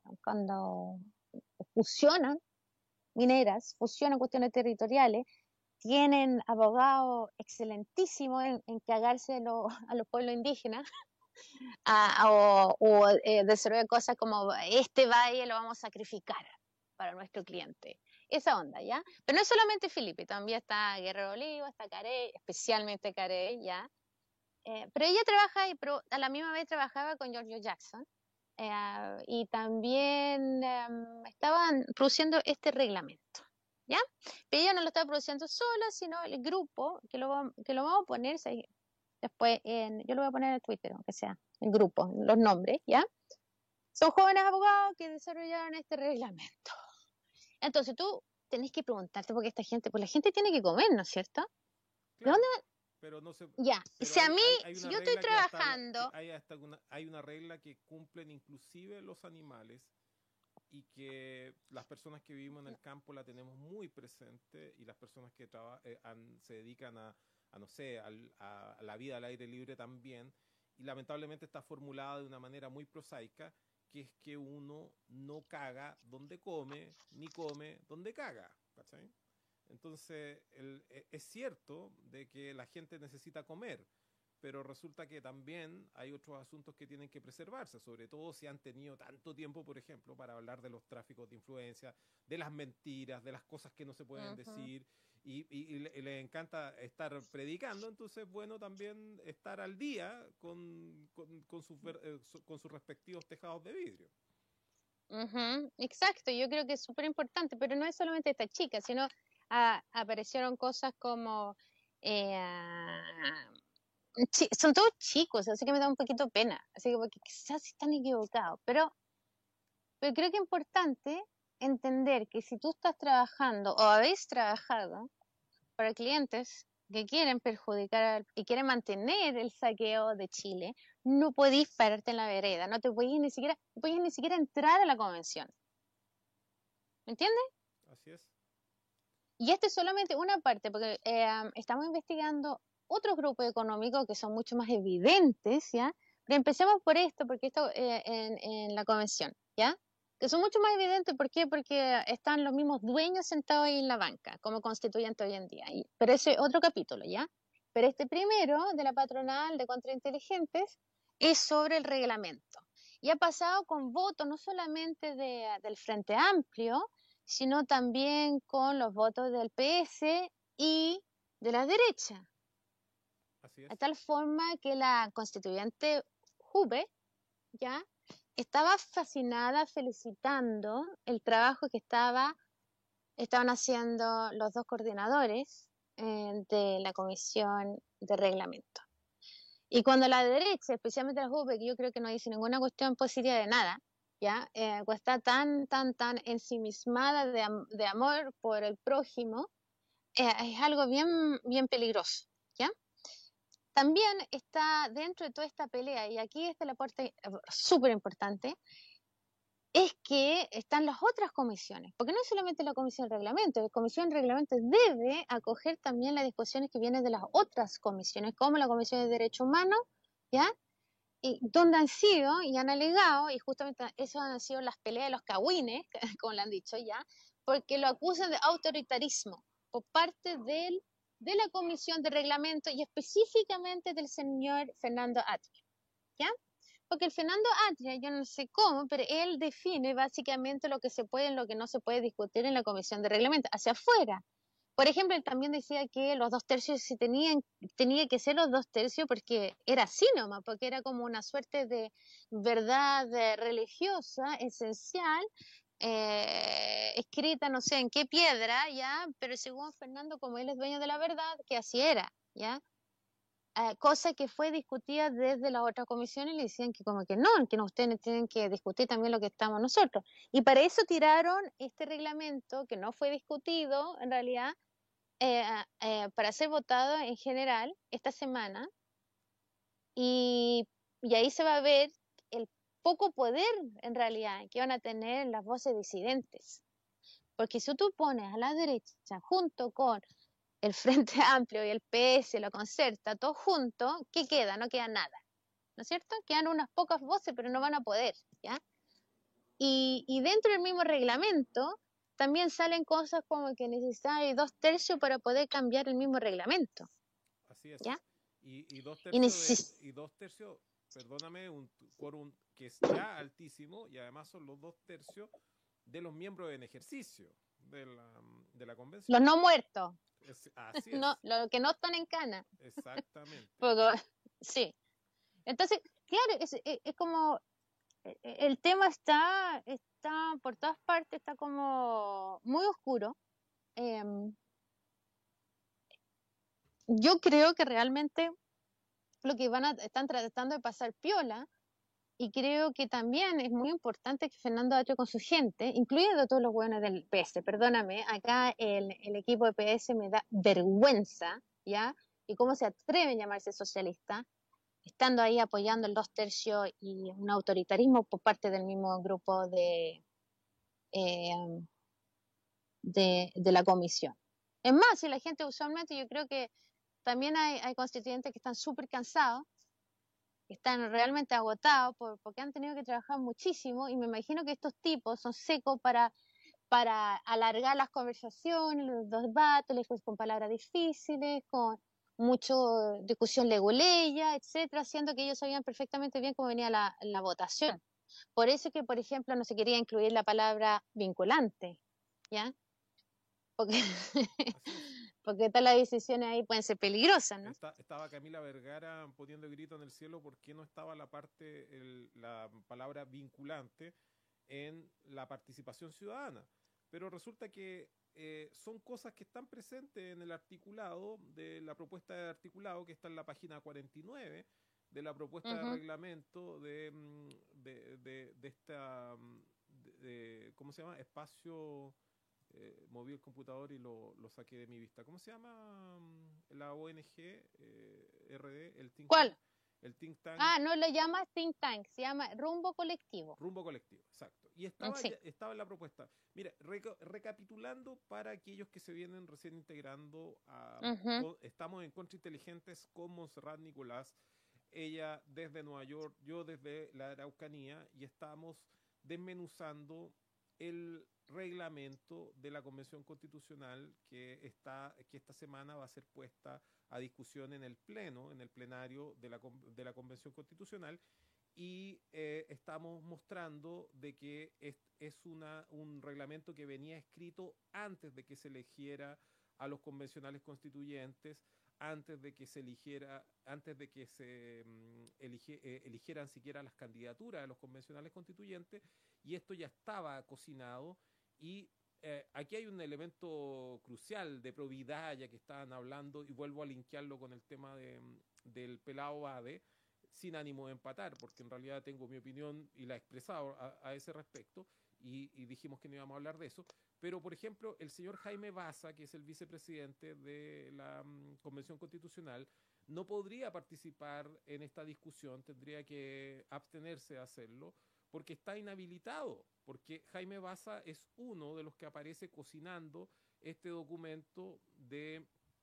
cuando fusionan mineras, fusionan cuestiones territoriales, tienen abogados excelentísimos en cagarse a los pueblos indígenas, desarrollar cosas como este valle lo vamos a sacrificar para nuestro cliente. Esa onda, ¿ya? Pero no es solamente Felipe, también está Guerrero Olivo, está Carey, especialmente Carey, ¿ya? Pero ella trabaja, pero a la misma vez trabajaba con Giorgio Jackson, y también estaban produciendo este reglamento, ¿ya? Pero ella no lo estaba produciendo sola, sino el grupo, que lo vamos a poner después, yo lo voy a poner en Twitter, aunque sea, el grupo, los nombres, ¿ya? Son jóvenes abogados que desarrollaron este reglamento. Entonces tú tenés que preguntarte, porque esta gente, pues la gente tiene que comer, ¿no es cierto? ¿De Claro, dónde? pero no se, Ya, pero si a mí, hay si una yo estoy regla que trabajando, hay una regla que cumplen inclusive los animales y que las personas que vivimos en el campo la tenemos muy presente y las personas que se dedican a no sé, a la vida al aire libre también, y lamentablemente está formulada de una manera muy prosaica, que es que uno no caga donde come, ni come donde caga, ¿cachai? Entonces, es cierto de que la gente necesita comer, pero resulta que también hay otros asuntos que tienen que preservarse, sobre todo si han tenido tanto tiempo, por ejemplo, para hablar de los tráficos de influencia, de las mentiras, de las cosas que no se pueden decir, y les encanta estar predicando, entonces, bueno, también estar al día con sus respectivos tejados de vidrio. exacto, yo creo que es súper importante, pero no es solamente esta chica, sino aparecieron cosas como, son todos chicos, así que me da un poquito pena, así que porque quizás están equivocados, pero creo que es importante entender que si tú estás trabajando o habéis trabajado para clientes que quieren perjudicar y quieren mantener el saqueo de Chile, no podéis pararte en la vereda, no te podéis ni siquiera entrar a la convención. ¿Me entiendes? Así es. Y esta es solamente una parte, porque estamos investigando otros grupos económicos que son mucho más evidentes, ¿ya? Pero empecemos por esto, porque esto en la convención, ¿ya? Que son mucho más evidentes, ¿por qué? Porque están los mismos dueños sentados ahí en la banca, como constituyentes hoy en día. Pero ese es otro capítulo, ¿ya? Pero este primero, de la patronal de contrainteligentes, es sobre el reglamento. Y ha pasado con votos no solamente del Frente Amplio, sino también con los votos del PS y de la derecha. Así De es. tal forma que la constituyente Hube ya estaba fascinada felicitando el trabajo que estaban haciendo los dos coordinadores de la comisión de reglamento. Y cuando la derecha, especialmente la Hube, que yo creo que no dice ninguna cuestión positiva de nada, ¿ya? Pues está tan ensimismada de amor por el prójimo, es algo bien peligroso, ¿ya? También está dentro de toda esta pelea, y aquí está la parte súper importante, es que están las otras comisiones, porque no es solamente la comisión de reglamento, la comisión de reglamento debe acoger también las discusiones que vienen de las otras comisiones, como la comisión de derechos humanos, ¿ya? Y donde han sido y han alegado, y justamente eso han sido las peleas de los cagüines, como le han dicho ya, porque lo acusan de autoritarismo por parte de la Comisión de Reglamento y específicamente del señor Fernando Atria, ¿ya? Porque el Fernando Atria, yo no sé cómo, pero él define básicamente lo que se puede y lo que no se puede discutir en la Comisión de Reglamento, hacia afuera. Por ejemplo, él también decía que los 2/3 tenía que ser los 2/3 porque era así nomás, porque era como una suerte de verdad religiosa esencial, escrita no sé en qué piedra, ¿ya? Pero según Fernando, como él es dueño de la verdad, que así era, ¿ya? Cosa que fue discutida desde la otra comisión y le decían que como que no, ustedes tienen que discutir también lo que estamos nosotros. Y para eso tiraron este reglamento que no fue discutido en realidad, para ser votado en general esta semana, y, y ahí se va a ver el poco poder en realidad que van a tener las voces disidentes. Porque si tú pones a la derecha junto con el Frente Amplio y el PS, lo Concerta, todo junto, ¿qué queda? No queda nada, ¿no es cierto? Quedan unas pocas voces, pero no van a poder, ¿ya? Y dentro del mismo reglamento también salen cosas como que necesitáis 2/3 para poder cambiar el mismo reglamento, Así es. ¿ya? Y dos Y tercios neces- y 2/3, perdóname, un quórum que es ya altísimo y además son los 2/3 de los miembros en ejercicio de la convención. los no muertos, Así es, no, los que no están en cana. exactamente. Porque- sí. Entonces, claro, es como el tema está por todas partes, está como muy oscuro. Em, yo creo que realmente lo que están tratando de pasar piola, y creo que también es muy importante que Fernando Atrio con su gente, incluyendo todos los buenos del PS, perdóname, acá el equipo de PS me da vergüenza, ¿ya? Y cómo se atreven a llamarse socialista, estando ahí apoyando el 2/3 y un autoritarismo por parte del mismo grupo eh, de la comisión. Es más, si la gente usualmente, yo creo que también hay constituyentes que están súper cansados, que están realmente agotados porque han tenido que trabajar muchísimo, y me imagino que estos tipos son secos para alargar las conversaciones, los debates, con palabras difíciles, con mucha discusión leguleya, etcétera, siendo que ellos sabían perfectamente bien cómo venía la votación. Por eso que, por ejemplo, no se quería incluir la palabra vinculante, ¿ya? Porque, Así es. porque todas las decisiones ahí pueden ser peligrosas, ¿no? Estaba Camila Vergara poniendo el grito en el cielo porque no estaba la palabra vinculante en la participación ciudadana. Pero resulta que son cosas que están presentes en el articulado de la propuesta de articulado que está en la página 49 de la propuesta de Ujú. reglamento de esta, ¿cómo se llama? Espacio, moví el computador y lo saqué de mi vista. ¿Cómo se llama la ONG RD, el think tank? ¿Cuál? El think tank Ah, no lo llama think tank, se llama rumbo colectivo. Rumbo Colectivo, exacto. Y Sí. estaba en la propuesta. Mira, recapitulando para aquellos que se vienen recién integrando, Ujú. estamos en Contrainteligentes con Montserrat Nicolás, ella desde Nueva York, yo desde la Araucanía, y estamos desmenuzando el reglamento de la Convención Constitucional que esta semana va a ser puesta a discusión en el pleno, en el plenario de la Convención Constitucional, y estamos mostrando de que es un reglamento que venía escrito antes de que se eligiera a los convencionales constituyentes, antes de que se eligieran siquiera las candidaturas a los convencionales constituyentes, y esto ya estaba cocinado. Y aquí hay un elemento crucial de probidad, ya que estaban hablando, y vuelvo a linkearlo con el tema del pelado Bade, sin ánimo de empatar, porque en realidad tengo mi opinión y la he expresado a ese respecto, y dijimos que no íbamos a hablar de eso. Pero, por ejemplo, el señor Jaime Baza, que es el vicepresidente de la Convención Constitucional, no podría participar en esta discusión, tendría que abstenerse de hacerlo, porque está inhabilitado, porque Jaime Baza es uno de los que aparece cocinando este documento de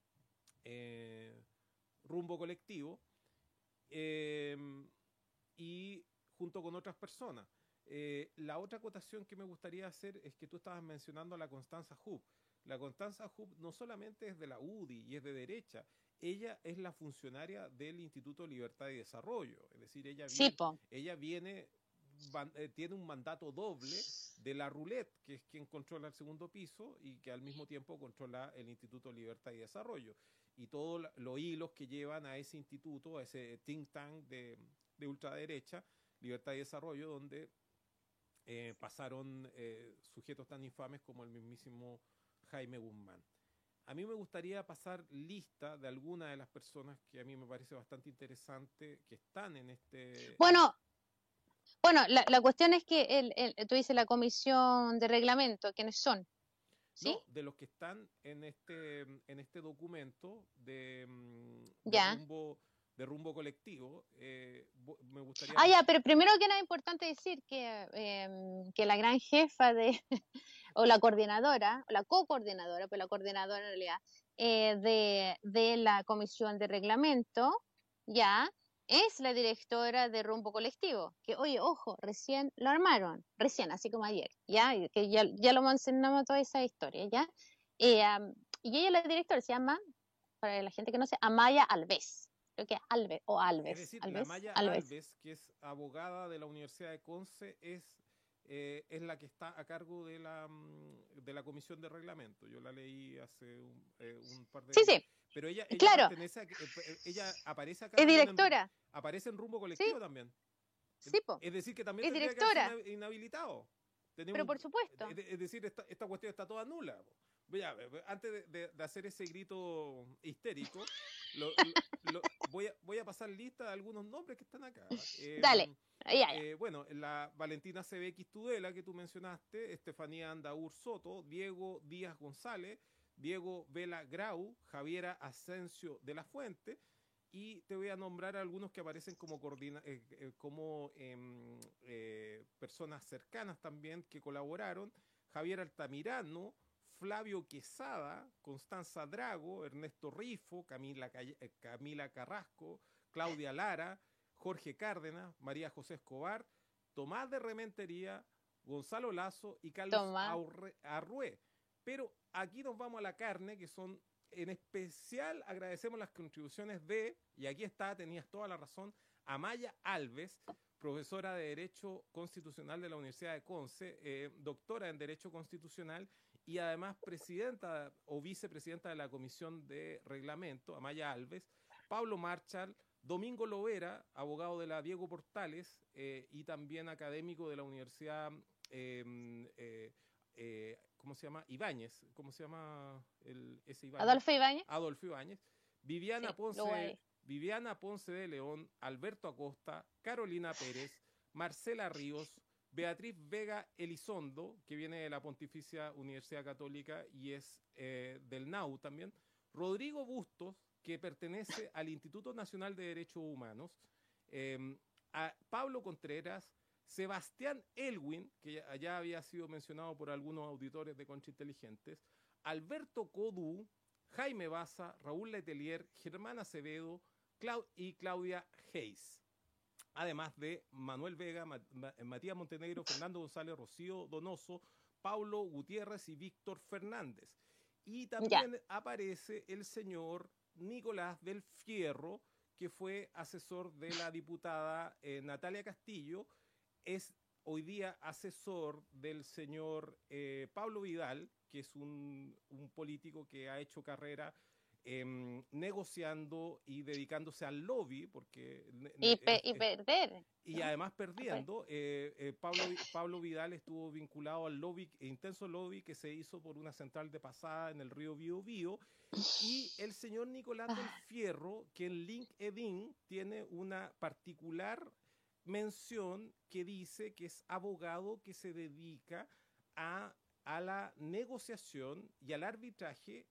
rumbo colectivo, eh, y junto con otras personas. La otra acotación que me gustaría hacer es que tú estabas mencionando a la Constanza Hub. La Constanza Hub no solamente es de la UDI y es de derecha, ella es la funcionaria del Instituto de Libertad y Desarrollo, es decir, Sí, po. ella viene, tiene un mandato doble de la Roulette, que es quien controla el segundo piso y que al mismo tiempo controla el Instituto de Libertad y Desarrollo, y todos los hilos que llevan a ese instituto, a ese think tank de ultraderecha, Libertad y Desarrollo, donde pasaron sujetos tan infames como el mismísimo Jaime Guzmán. A mí me gustaría pasar lista de algunas de las personas que a mí me parece bastante interesante que están en este... Bueno, la cuestión es que tú dices la comisión de reglamento, ¿quiénes son? ¿Sí? No, de los que están en este documento Ya. de rumbo colectivo, me gustaría Ah, ya, pero primero que nada es importante decir que la gran jefa o la coordinadora, o la co-coordinadora, pero la coordinadora en realidad, de la comisión de reglamento, ya, es la directora de Rumbo Colectivo, que, oye, ojo, recién lo armaron, recién, así como ayer, ¿ya? Y que ya lo mencionamos toda esa historia, ¿ya? Y ella, la directora, se llama, para la gente que no sé, Amaya Alves. Creo que Alves, o Es Alves, decir, la Alves, Maya Alves. Alves, que es abogada de la Universidad de Conce, es la que está a cargo de la comisión de reglamento. Yo la leí hace un par de Sí, días. sí, Pero ella claro, pertenece ella aparece acá es también directora, aparece en Rumbo sí, Colectivo también. sí, po, Es decir, que también es tendría que haberse directora, inhabilitado. pero Tenemos, por supuesto. es decir, esta cuestión está toda nula. Ya, antes de hacer ese grito histérico, voy a pasar lista de algunos nombres que están acá. Dale, ya. Bueno, la Valentina CBX Tudela, que tú mencionaste, Estefanía Andaur Soto, Diego Díaz González, Diego Vela Grau, Javiera Asensio de la Fuente, y te voy a nombrar algunos que aparecen como personas cercanas también que colaboraron: Javier Altamirano, Flavio Quesada, Constanza Drago, Ernesto Rifo, Camila Carrasco, Claudia Lara, Jorge Cárdenas, María José Escobar, Tomás de Rementería, Gonzalo Lazo y Carlos Toma, Arrué. Pero aquí nos vamos a la carne, que son, en especial agradecemos las contribuciones de, y aquí está, tenías toda la razón, Amaya Alves, profesora de Derecho Constitucional de la Universidad de Conce, doctora en Derecho Constitucional y además presidenta o vicepresidenta de la Comisión de Reglamento, Amaya Alves, Pablo Marchal, Domingo Lovera, abogado de la Diego Portales y también académico de la Universidad, ¿cómo se llama? Ibáñez, ¿cómo se llama ese Ibáñez? Adolfo Ibáñez, Adolfo Ibáñez, sí, lo voy. Viviana Ponce de León, Alberto Acosta, Carolina Pérez, Marcela Ríos, Beatriz Vega Elizondo, que viene de la Pontificia Universidad Católica y es del NAU también, Rodrigo Bustos, que pertenece al Instituto Nacional de Derechos Humanos, a Pablo Contreras, Sebastián Elwin, que ya había sido mencionado por algunos auditores de Concha Inteligentes, Alberto Codú, Jaime Baza, Raúl Letelier, Germán Acevedo y Claudia Hayes. Además de Manuel Vega, Matías Montenegro, Fernando González, Rocío Donoso, Paulo Gutiérrez y Víctor Fernández. Y también aparece el señor Nicolás del Fierro, que fue asesor de la diputada Natalia Castillo, es hoy día asesor del señor Pablo Vidal, que es un político que ha hecho carrera negociando y dedicándose al lobby, porque Y perder. y ¿no? además perdiendo. Pablo Vidal estuvo vinculado al lobby, intenso lobby que se hizo por una central de pasada en el río Biobío. Y el señor Nicolás del Fierro, que en LinkedIn tiene una particular mención que dice que es abogado que se dedica a la negociación y al arbitraje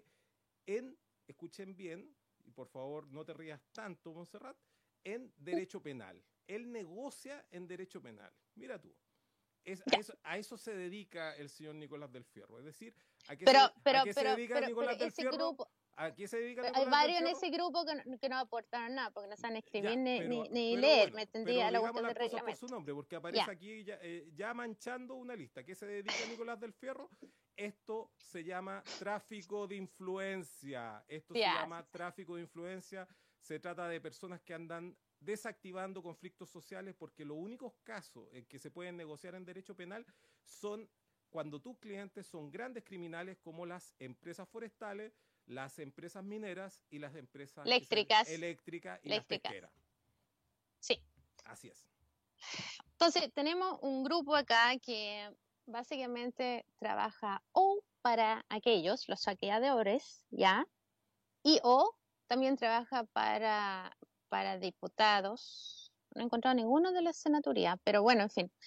escuchen bien, y por favor no te rías tanto, Montserrat, en derecho penal. Él negocia en derecho penal. Mira tú. A eso se dedica el señor Nicolás del Fierro. Es decir, ¿a qué se dedica Nicolás del Fierro? Grupo, ¿A qué se dedica hay Nicolás varios del en Fierro? ese grupo que no aportaron nada, porque no saben escribir Ya, ni pero leer, bueno, ¿me entendí? pero A la digamos cuestión las del cosas por su reglamento. nombre, porque aparece Ya. aquí ya manchando una lista. ¿Qué se dedica Nicolás del Fierro? Esto se llama tráfico de influencia. Esto se llama tráfico de influencia. Se trata de personas que andan desactivando conflictos sociales, porque los únicos casos en que se pueden negociar en derecho penal son cuando tus clientes son grandes criminales, como las empresas forestales, las empresas mineras y las empresas eléctricas y las pesqueras. Sí. Así es. Entonces, tenemos un grupo acá que básicamente trabaja o para aquellos, los saqueadores, ¿ya? Y o también trabaja para diputados. No he encontrado ninguno de la senaturía, pero bueno, en fin.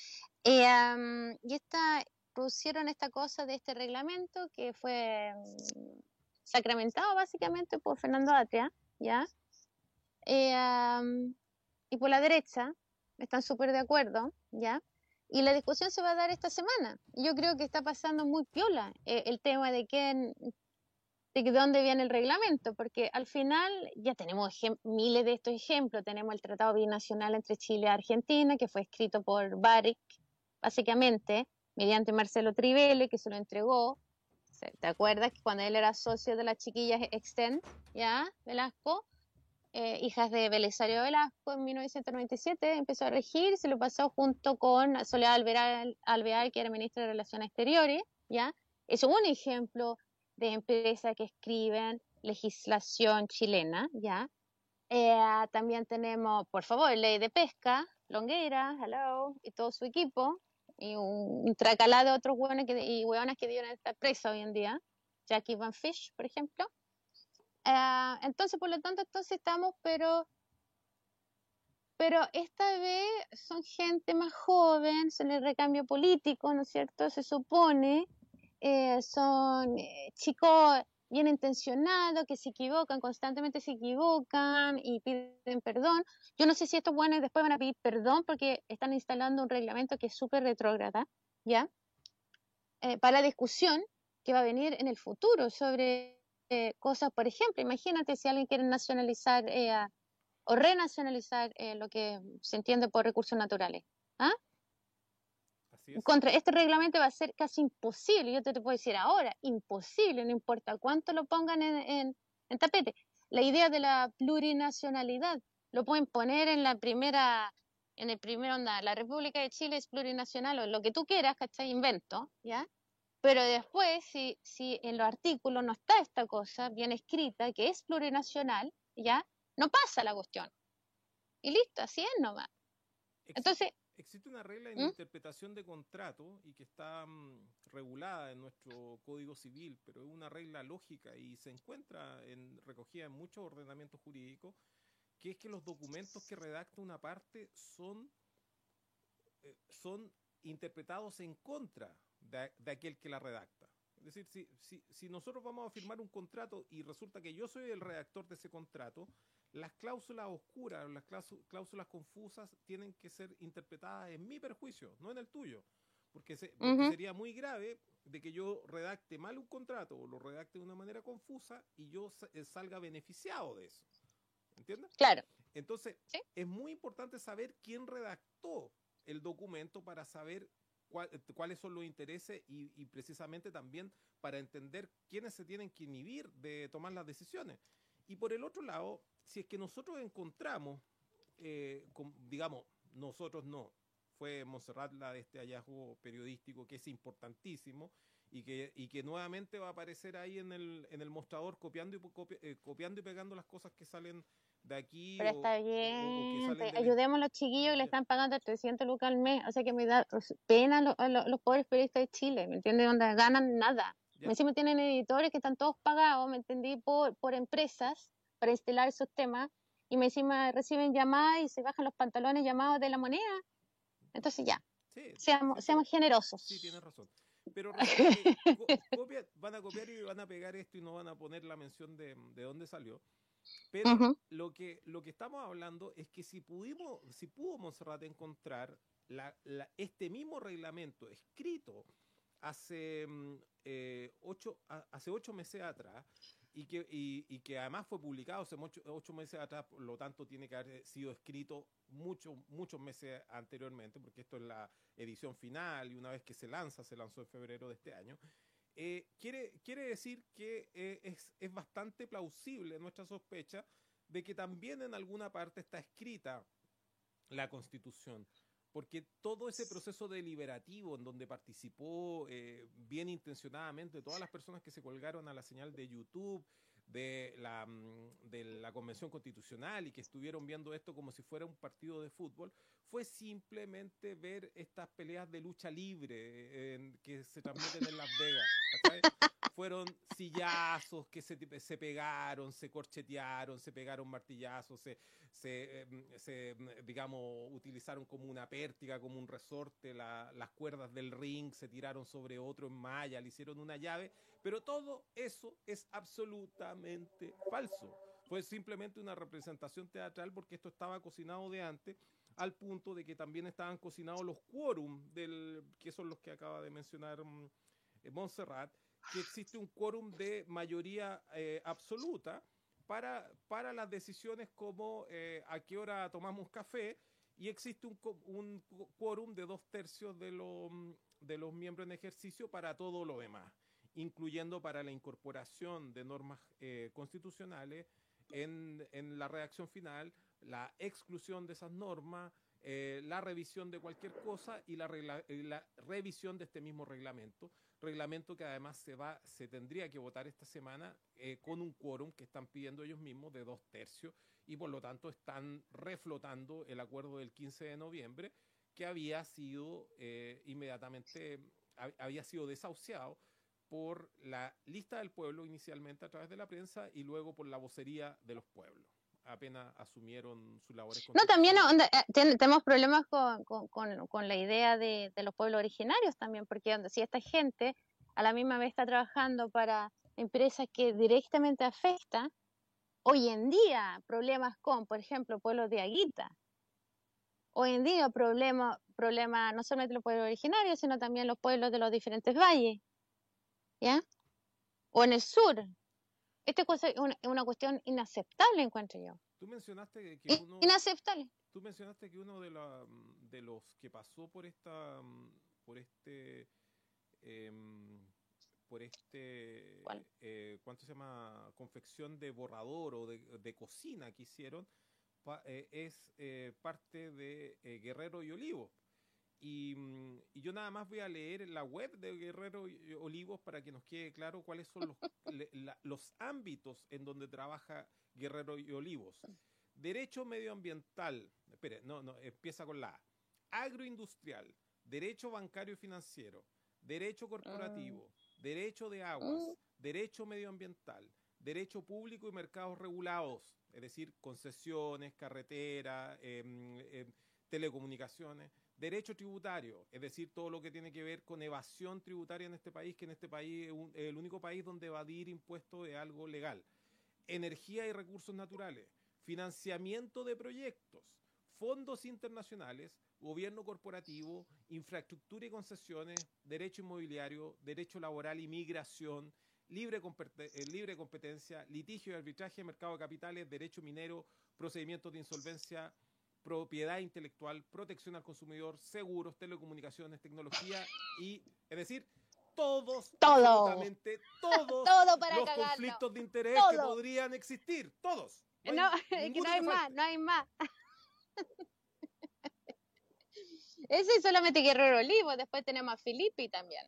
Y pusieron esta cosa de este reglamento que fue sacramentado básicamente por Fernando Atria, ¿ya? Y por la derecha están súper de acuerdo, ¿ya? Y la discusión se va a dar esta semana. Yo creo que está pasando muy piola el tema de quién de dónde viene el reglamento, porque al final ya tenemos miles de estos ejemplos. Tenemos el Tratado Binacional entre Chile y Argentina, que fue escrito por Baric, básicamente, mediante Marcelo Trivele, que se lo entregó. ¿Te acuerdas que cuando él era socio de las chiquillas Extend, ya, Velasco, hijas de Belisario Velasco, en 1997 empezó a regir, se lo pasó junto con Soledad Alvear, que era ministra de Relaciones Exteriores, ya? Es un ejemplo de empresas que escriben legislación chilena, ¿ya? También tenemos, por favor, ley de pesca, Longueira, hello, y todo su equipo, y un tracalá de otros hueones y hueonas que deben estar presos hoy en día, Jackie Van Fish, por ejemplo. Entonces, por lo tanto, entonces estamos, pero esta vez son gente más joven, son el recambio político, ¿no es cierto? Se supone, son chicos bien intencionados, que se equivocan, constantemente se equivocan y piden perdón. Yo no sé si estos buenos después van a pedir perdón porque están instalando un reglamento que es súper retrógrada, ¿ya? Para discusión que va a venir en el futuro sobre cosas, por ejemplo, imagínate si alguien quiere nacionalizar o renacionalizar lo que se entiende por recursos naturales. ¿Ah? Así es. Contra este reglamento va a ser casi imposible, yo te puedo decir ahora, imposible, no importa cuánto lo pongan en tapete. La idea de la plurinacionalidad lo pueden poner en la primera, en el primer onda, la República de Chile es plurinacional o lo que tú quieras, ¿cachai? Invento, ¿ya? Pero después, si en los artículos no está esta cosa bien escrita, que es plurinacional, ¿ya? No pasa la cuestión. Y listo, así es nomás. Entonces, Existe una regla en ¿Mm? interpretación de contrato y que está regulada en nuestro Código Civil, pero es una regla lógica y se encuentra recogida en muchos ordenamientos jurídicos, que es que los documentos que redacta una parte son interpretados en contra de aquel que la redacta. Es decir, si nosotros vamos a firmar un contrato y resulta que yo soy el redactor de ese contrato, las cláusulas oscuras, las cláusulas confusas tienen que ser interpretadas en mi perjuicio, no en el tuyo. Porque sería muy grave de que yo redacte mal un contrato o lo redacte de una manera confusa y yo salga beneficiado de eso. ¿Entiendes? Claro. Entonces, ¿Sí? es muy importante saber quién redactó el documento para saber cuáles son los intereses y precisamente también para entender quiénes se tienen que inhibir de tomar las decisiones. Y por el otro lado, si es que nosotros encontramos, digamos, nosotros no, fue Montserrat la de este hallazgo periodístico que es importantísimo y que nuevamente va a aparecer ahí en el mostrador copiando y pegando las cosas que salen de aquí Pero está o que bien, salen del... ayudemos a los chiquillos que le Ya, están pagando 300 lucas al mes, o sea que me da pena los pobres periodistas de Chile, ¿me entiendes? Donde ganan nada. ya. Encima tienen editores que están todos pagados, ¿me entendí? Por empresas para instalar esos temas, y me encima reciben llamadas y se bajan los pantalones llamados de la moneda. Entonces ya, Sí, seamos sí, generosos. sí, tienes razón. Pero resulta que van a copiar y van a pegar esto y no van a poner la mención de dónde salió. Pero Ujú. lo que estamos hablando es que si pudo Montserrat encontrar este mismo reglamento escrito hace, hace 8 meses atrás y que además fue publicado hace 8 meses atrás, por lo tanto tiene que haber sido escrito muchos meses anteriormente, porque esto es la edición final y una vez que se lanzó en febrero de este año. Quiere decir que es bastante plausible nuestra sospecha de que también en alguna parte está escrita la Constitución, porque todo ese proceso deliberativo en donde participó bien intencionadamente todas las personas que se colgaron a la señal de YouTube de la Convención Constitucional y que estuvieron viendo esto como si fuera un partido de fútbol, fue simplemente ver estas peleas de lucha libre que se transmiten en Las Vegas, ¿cachai? Fueron sillazos que se pegaron, se corchetearon, se pegaron martillazos, digamos, utilizaron como una pértiga, como un resorte, las cuerdas del ring se tiraron sobre otro en malla, le hicieron una llave, pero todo eso es absolutamente falso. Fue simplemente una representación teatral porque esto estaba cocinado de antes, al punto de que también estaban cocinados los quórum, que son los que acaba de mencionar Montserrat, que existe un quórum de mayoría absoluta para las decisiones como a qué hora tomamos café, y existe un quórum de 2/3 de los miembros en ejercicio para todo lo demás, incluyendo para la incorporación de normas constitucionales en la redacción final, la exclusión de esas normas, la revisión de cualquier cosa y la revisión de este mismo reglamento que además se tendría que votar esta semana con un quórum que están pidiendo ellos mismos de 2/3, y por lo tanto están reflotando el acuerdo del 15 de noviembre que había sido había sido desahuciado por la lista del pueblo inicialmente a través de la prensa y luego por la vocería de los pueblos. Apenas asumieron sus labores No, también constitucionales. tenemos problemas con la idea de los pueblos originarios también, porque si esta gente a la misma vez está trabajando para empresas que directamente afectan, hoy en día problemas con, por ejemplo, pueblos de Aguita, hoy en día problemas no solamente los pueblos originarios, sino también los pueblos de los diferentes valles, ¿ya? O en el sur. Esta es una cuestión inaceptable, encuentro yo. Tú mencionaste Inaceptable. Tú mencionaste que uno de los que pasó por por este, ¿cuánto se llama? Confección de borrador o de cocina que hicieron, es parte de Guerrero y Olivos. Y yo nada más voy a leer la web de Guerrero y Olivos para que nos quede claro cuáles son los ámbitos en donde trabaja Guerrero y Olivos. Derecho medioambiental, espere, no, empieza con la A. Agroindustrial, derecho bancario y financiero, derecho corporativo, derecho de aguas, derecho medioambiental, derecho público y mercados regulados, es decir, concesiones, carreteras, telecomunicaciones, derecho tributario, es decir, todo lo que tiene que ver con evasión tributaria en este país, que en este país es el único país donde evadir impuestos es algo legal, energía y recursos naturales, financiamiento de proyectos, fondos internacionales, gobierno corporativo, infraestructura y concesiones, derecho inmobiliario, derecho laboral y migración, libre competencia, litigio y arbitraje, mercado de capitales, derecho minero, procedimientos de insolvencia, propiedad intelectual, protección al consumidor, seguros, telecomunicaciones, tecnología es decir, absolutamente todos todo para los cagarlo. conflictos de interés que podrían existir, todos. No hay más. Ese es solamente Guerrero Olivo, después tenemos a Filippi también.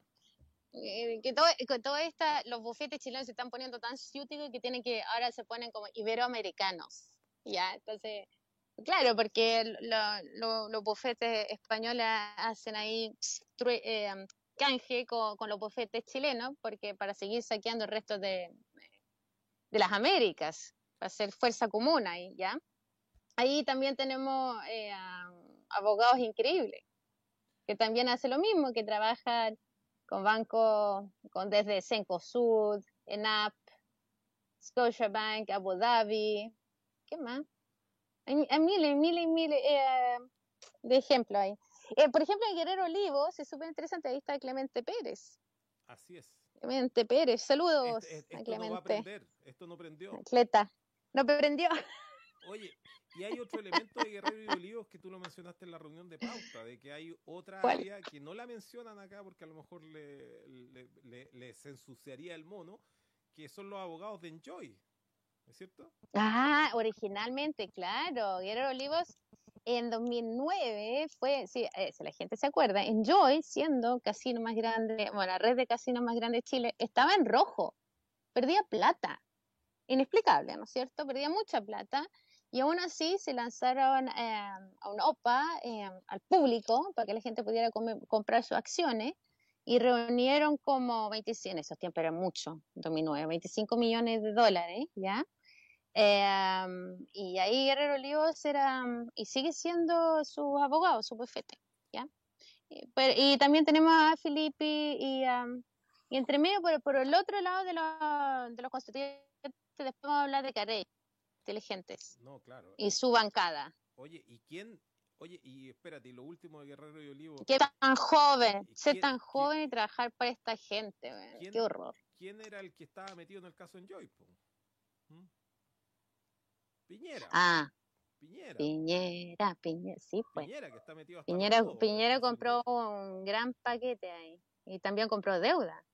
Los bufetes chilenos se están poniendo tan ciúticos que ahora se ponen como iberoamericanos, ¿ya? Entonces, claro, porque los bufetes españoles hacen ahí canje con los bufetes chilenos, porque para seguir saqueando el resto de las Américas, para hacer fuerza común ahí, ¿ya? Ahí también tenemos abogados increíbles, que también hacen lo mismo, que trabajan con bancos, desde Cencosud, ENAP, Scotiabank, Abu Dhabi, ¿qué más? Hay miles de ejemplos ahí. Por ejemplo, en Guerrero Olivos es súper interesante, ahí está Clemente Pérez. Así es. Clemente Pérez, saludos esto a Clemente. No va a prender, esto no prendió. Atleta, no prendió. Oye, y hay otro elemento de Guerrero y Olivos que tú lo mencionaste en la reunión de pauta, de que hay otra área que no la mencionan acá porque a lo mejor les ensuciaría el mono, que son los abogados de Enjoy, ¿es cierto? Originalmente, claro, Guerrero Olivos en 2009 fue, si la gente se acuerda, Enjoy, siendo casino más grande, la red de casinos más grande de Chile, estaba en rojo, perdía plata, inexplicable, ¿no es cierto? Perdía mucha plata, y aún así se lanzaron a una OPA al público para que la gente pudiera comprar sus acciones, y reunieron como 25, en esos tiempos era mucho, 2009, 25 millones de dólares, ¿ya? Y ahí Guerrero Olivos y sigue siendo su abogado, su bufete, ¿ya? Y también tenemos a Filippi y entre medio, por el otro lado de los constituyentes, después vamos a hablar de Carey, inteligentes. No, claro. Y su bancada. Oye, y espérate, y lo último de Guerrero y Olivos. Qué tan joven, ser tan joven y trabajar para esta gente, qué horror. ¿quién era el que estaba metido en el caso Enjoy? Po? ¿Mm? Piñera. Ah, Piñera. Piñera, sí, pues. Piñera, que está metido hasta los codos en el Piñera caso compró Enjoy. un gran paquete ahí y también compró deuda.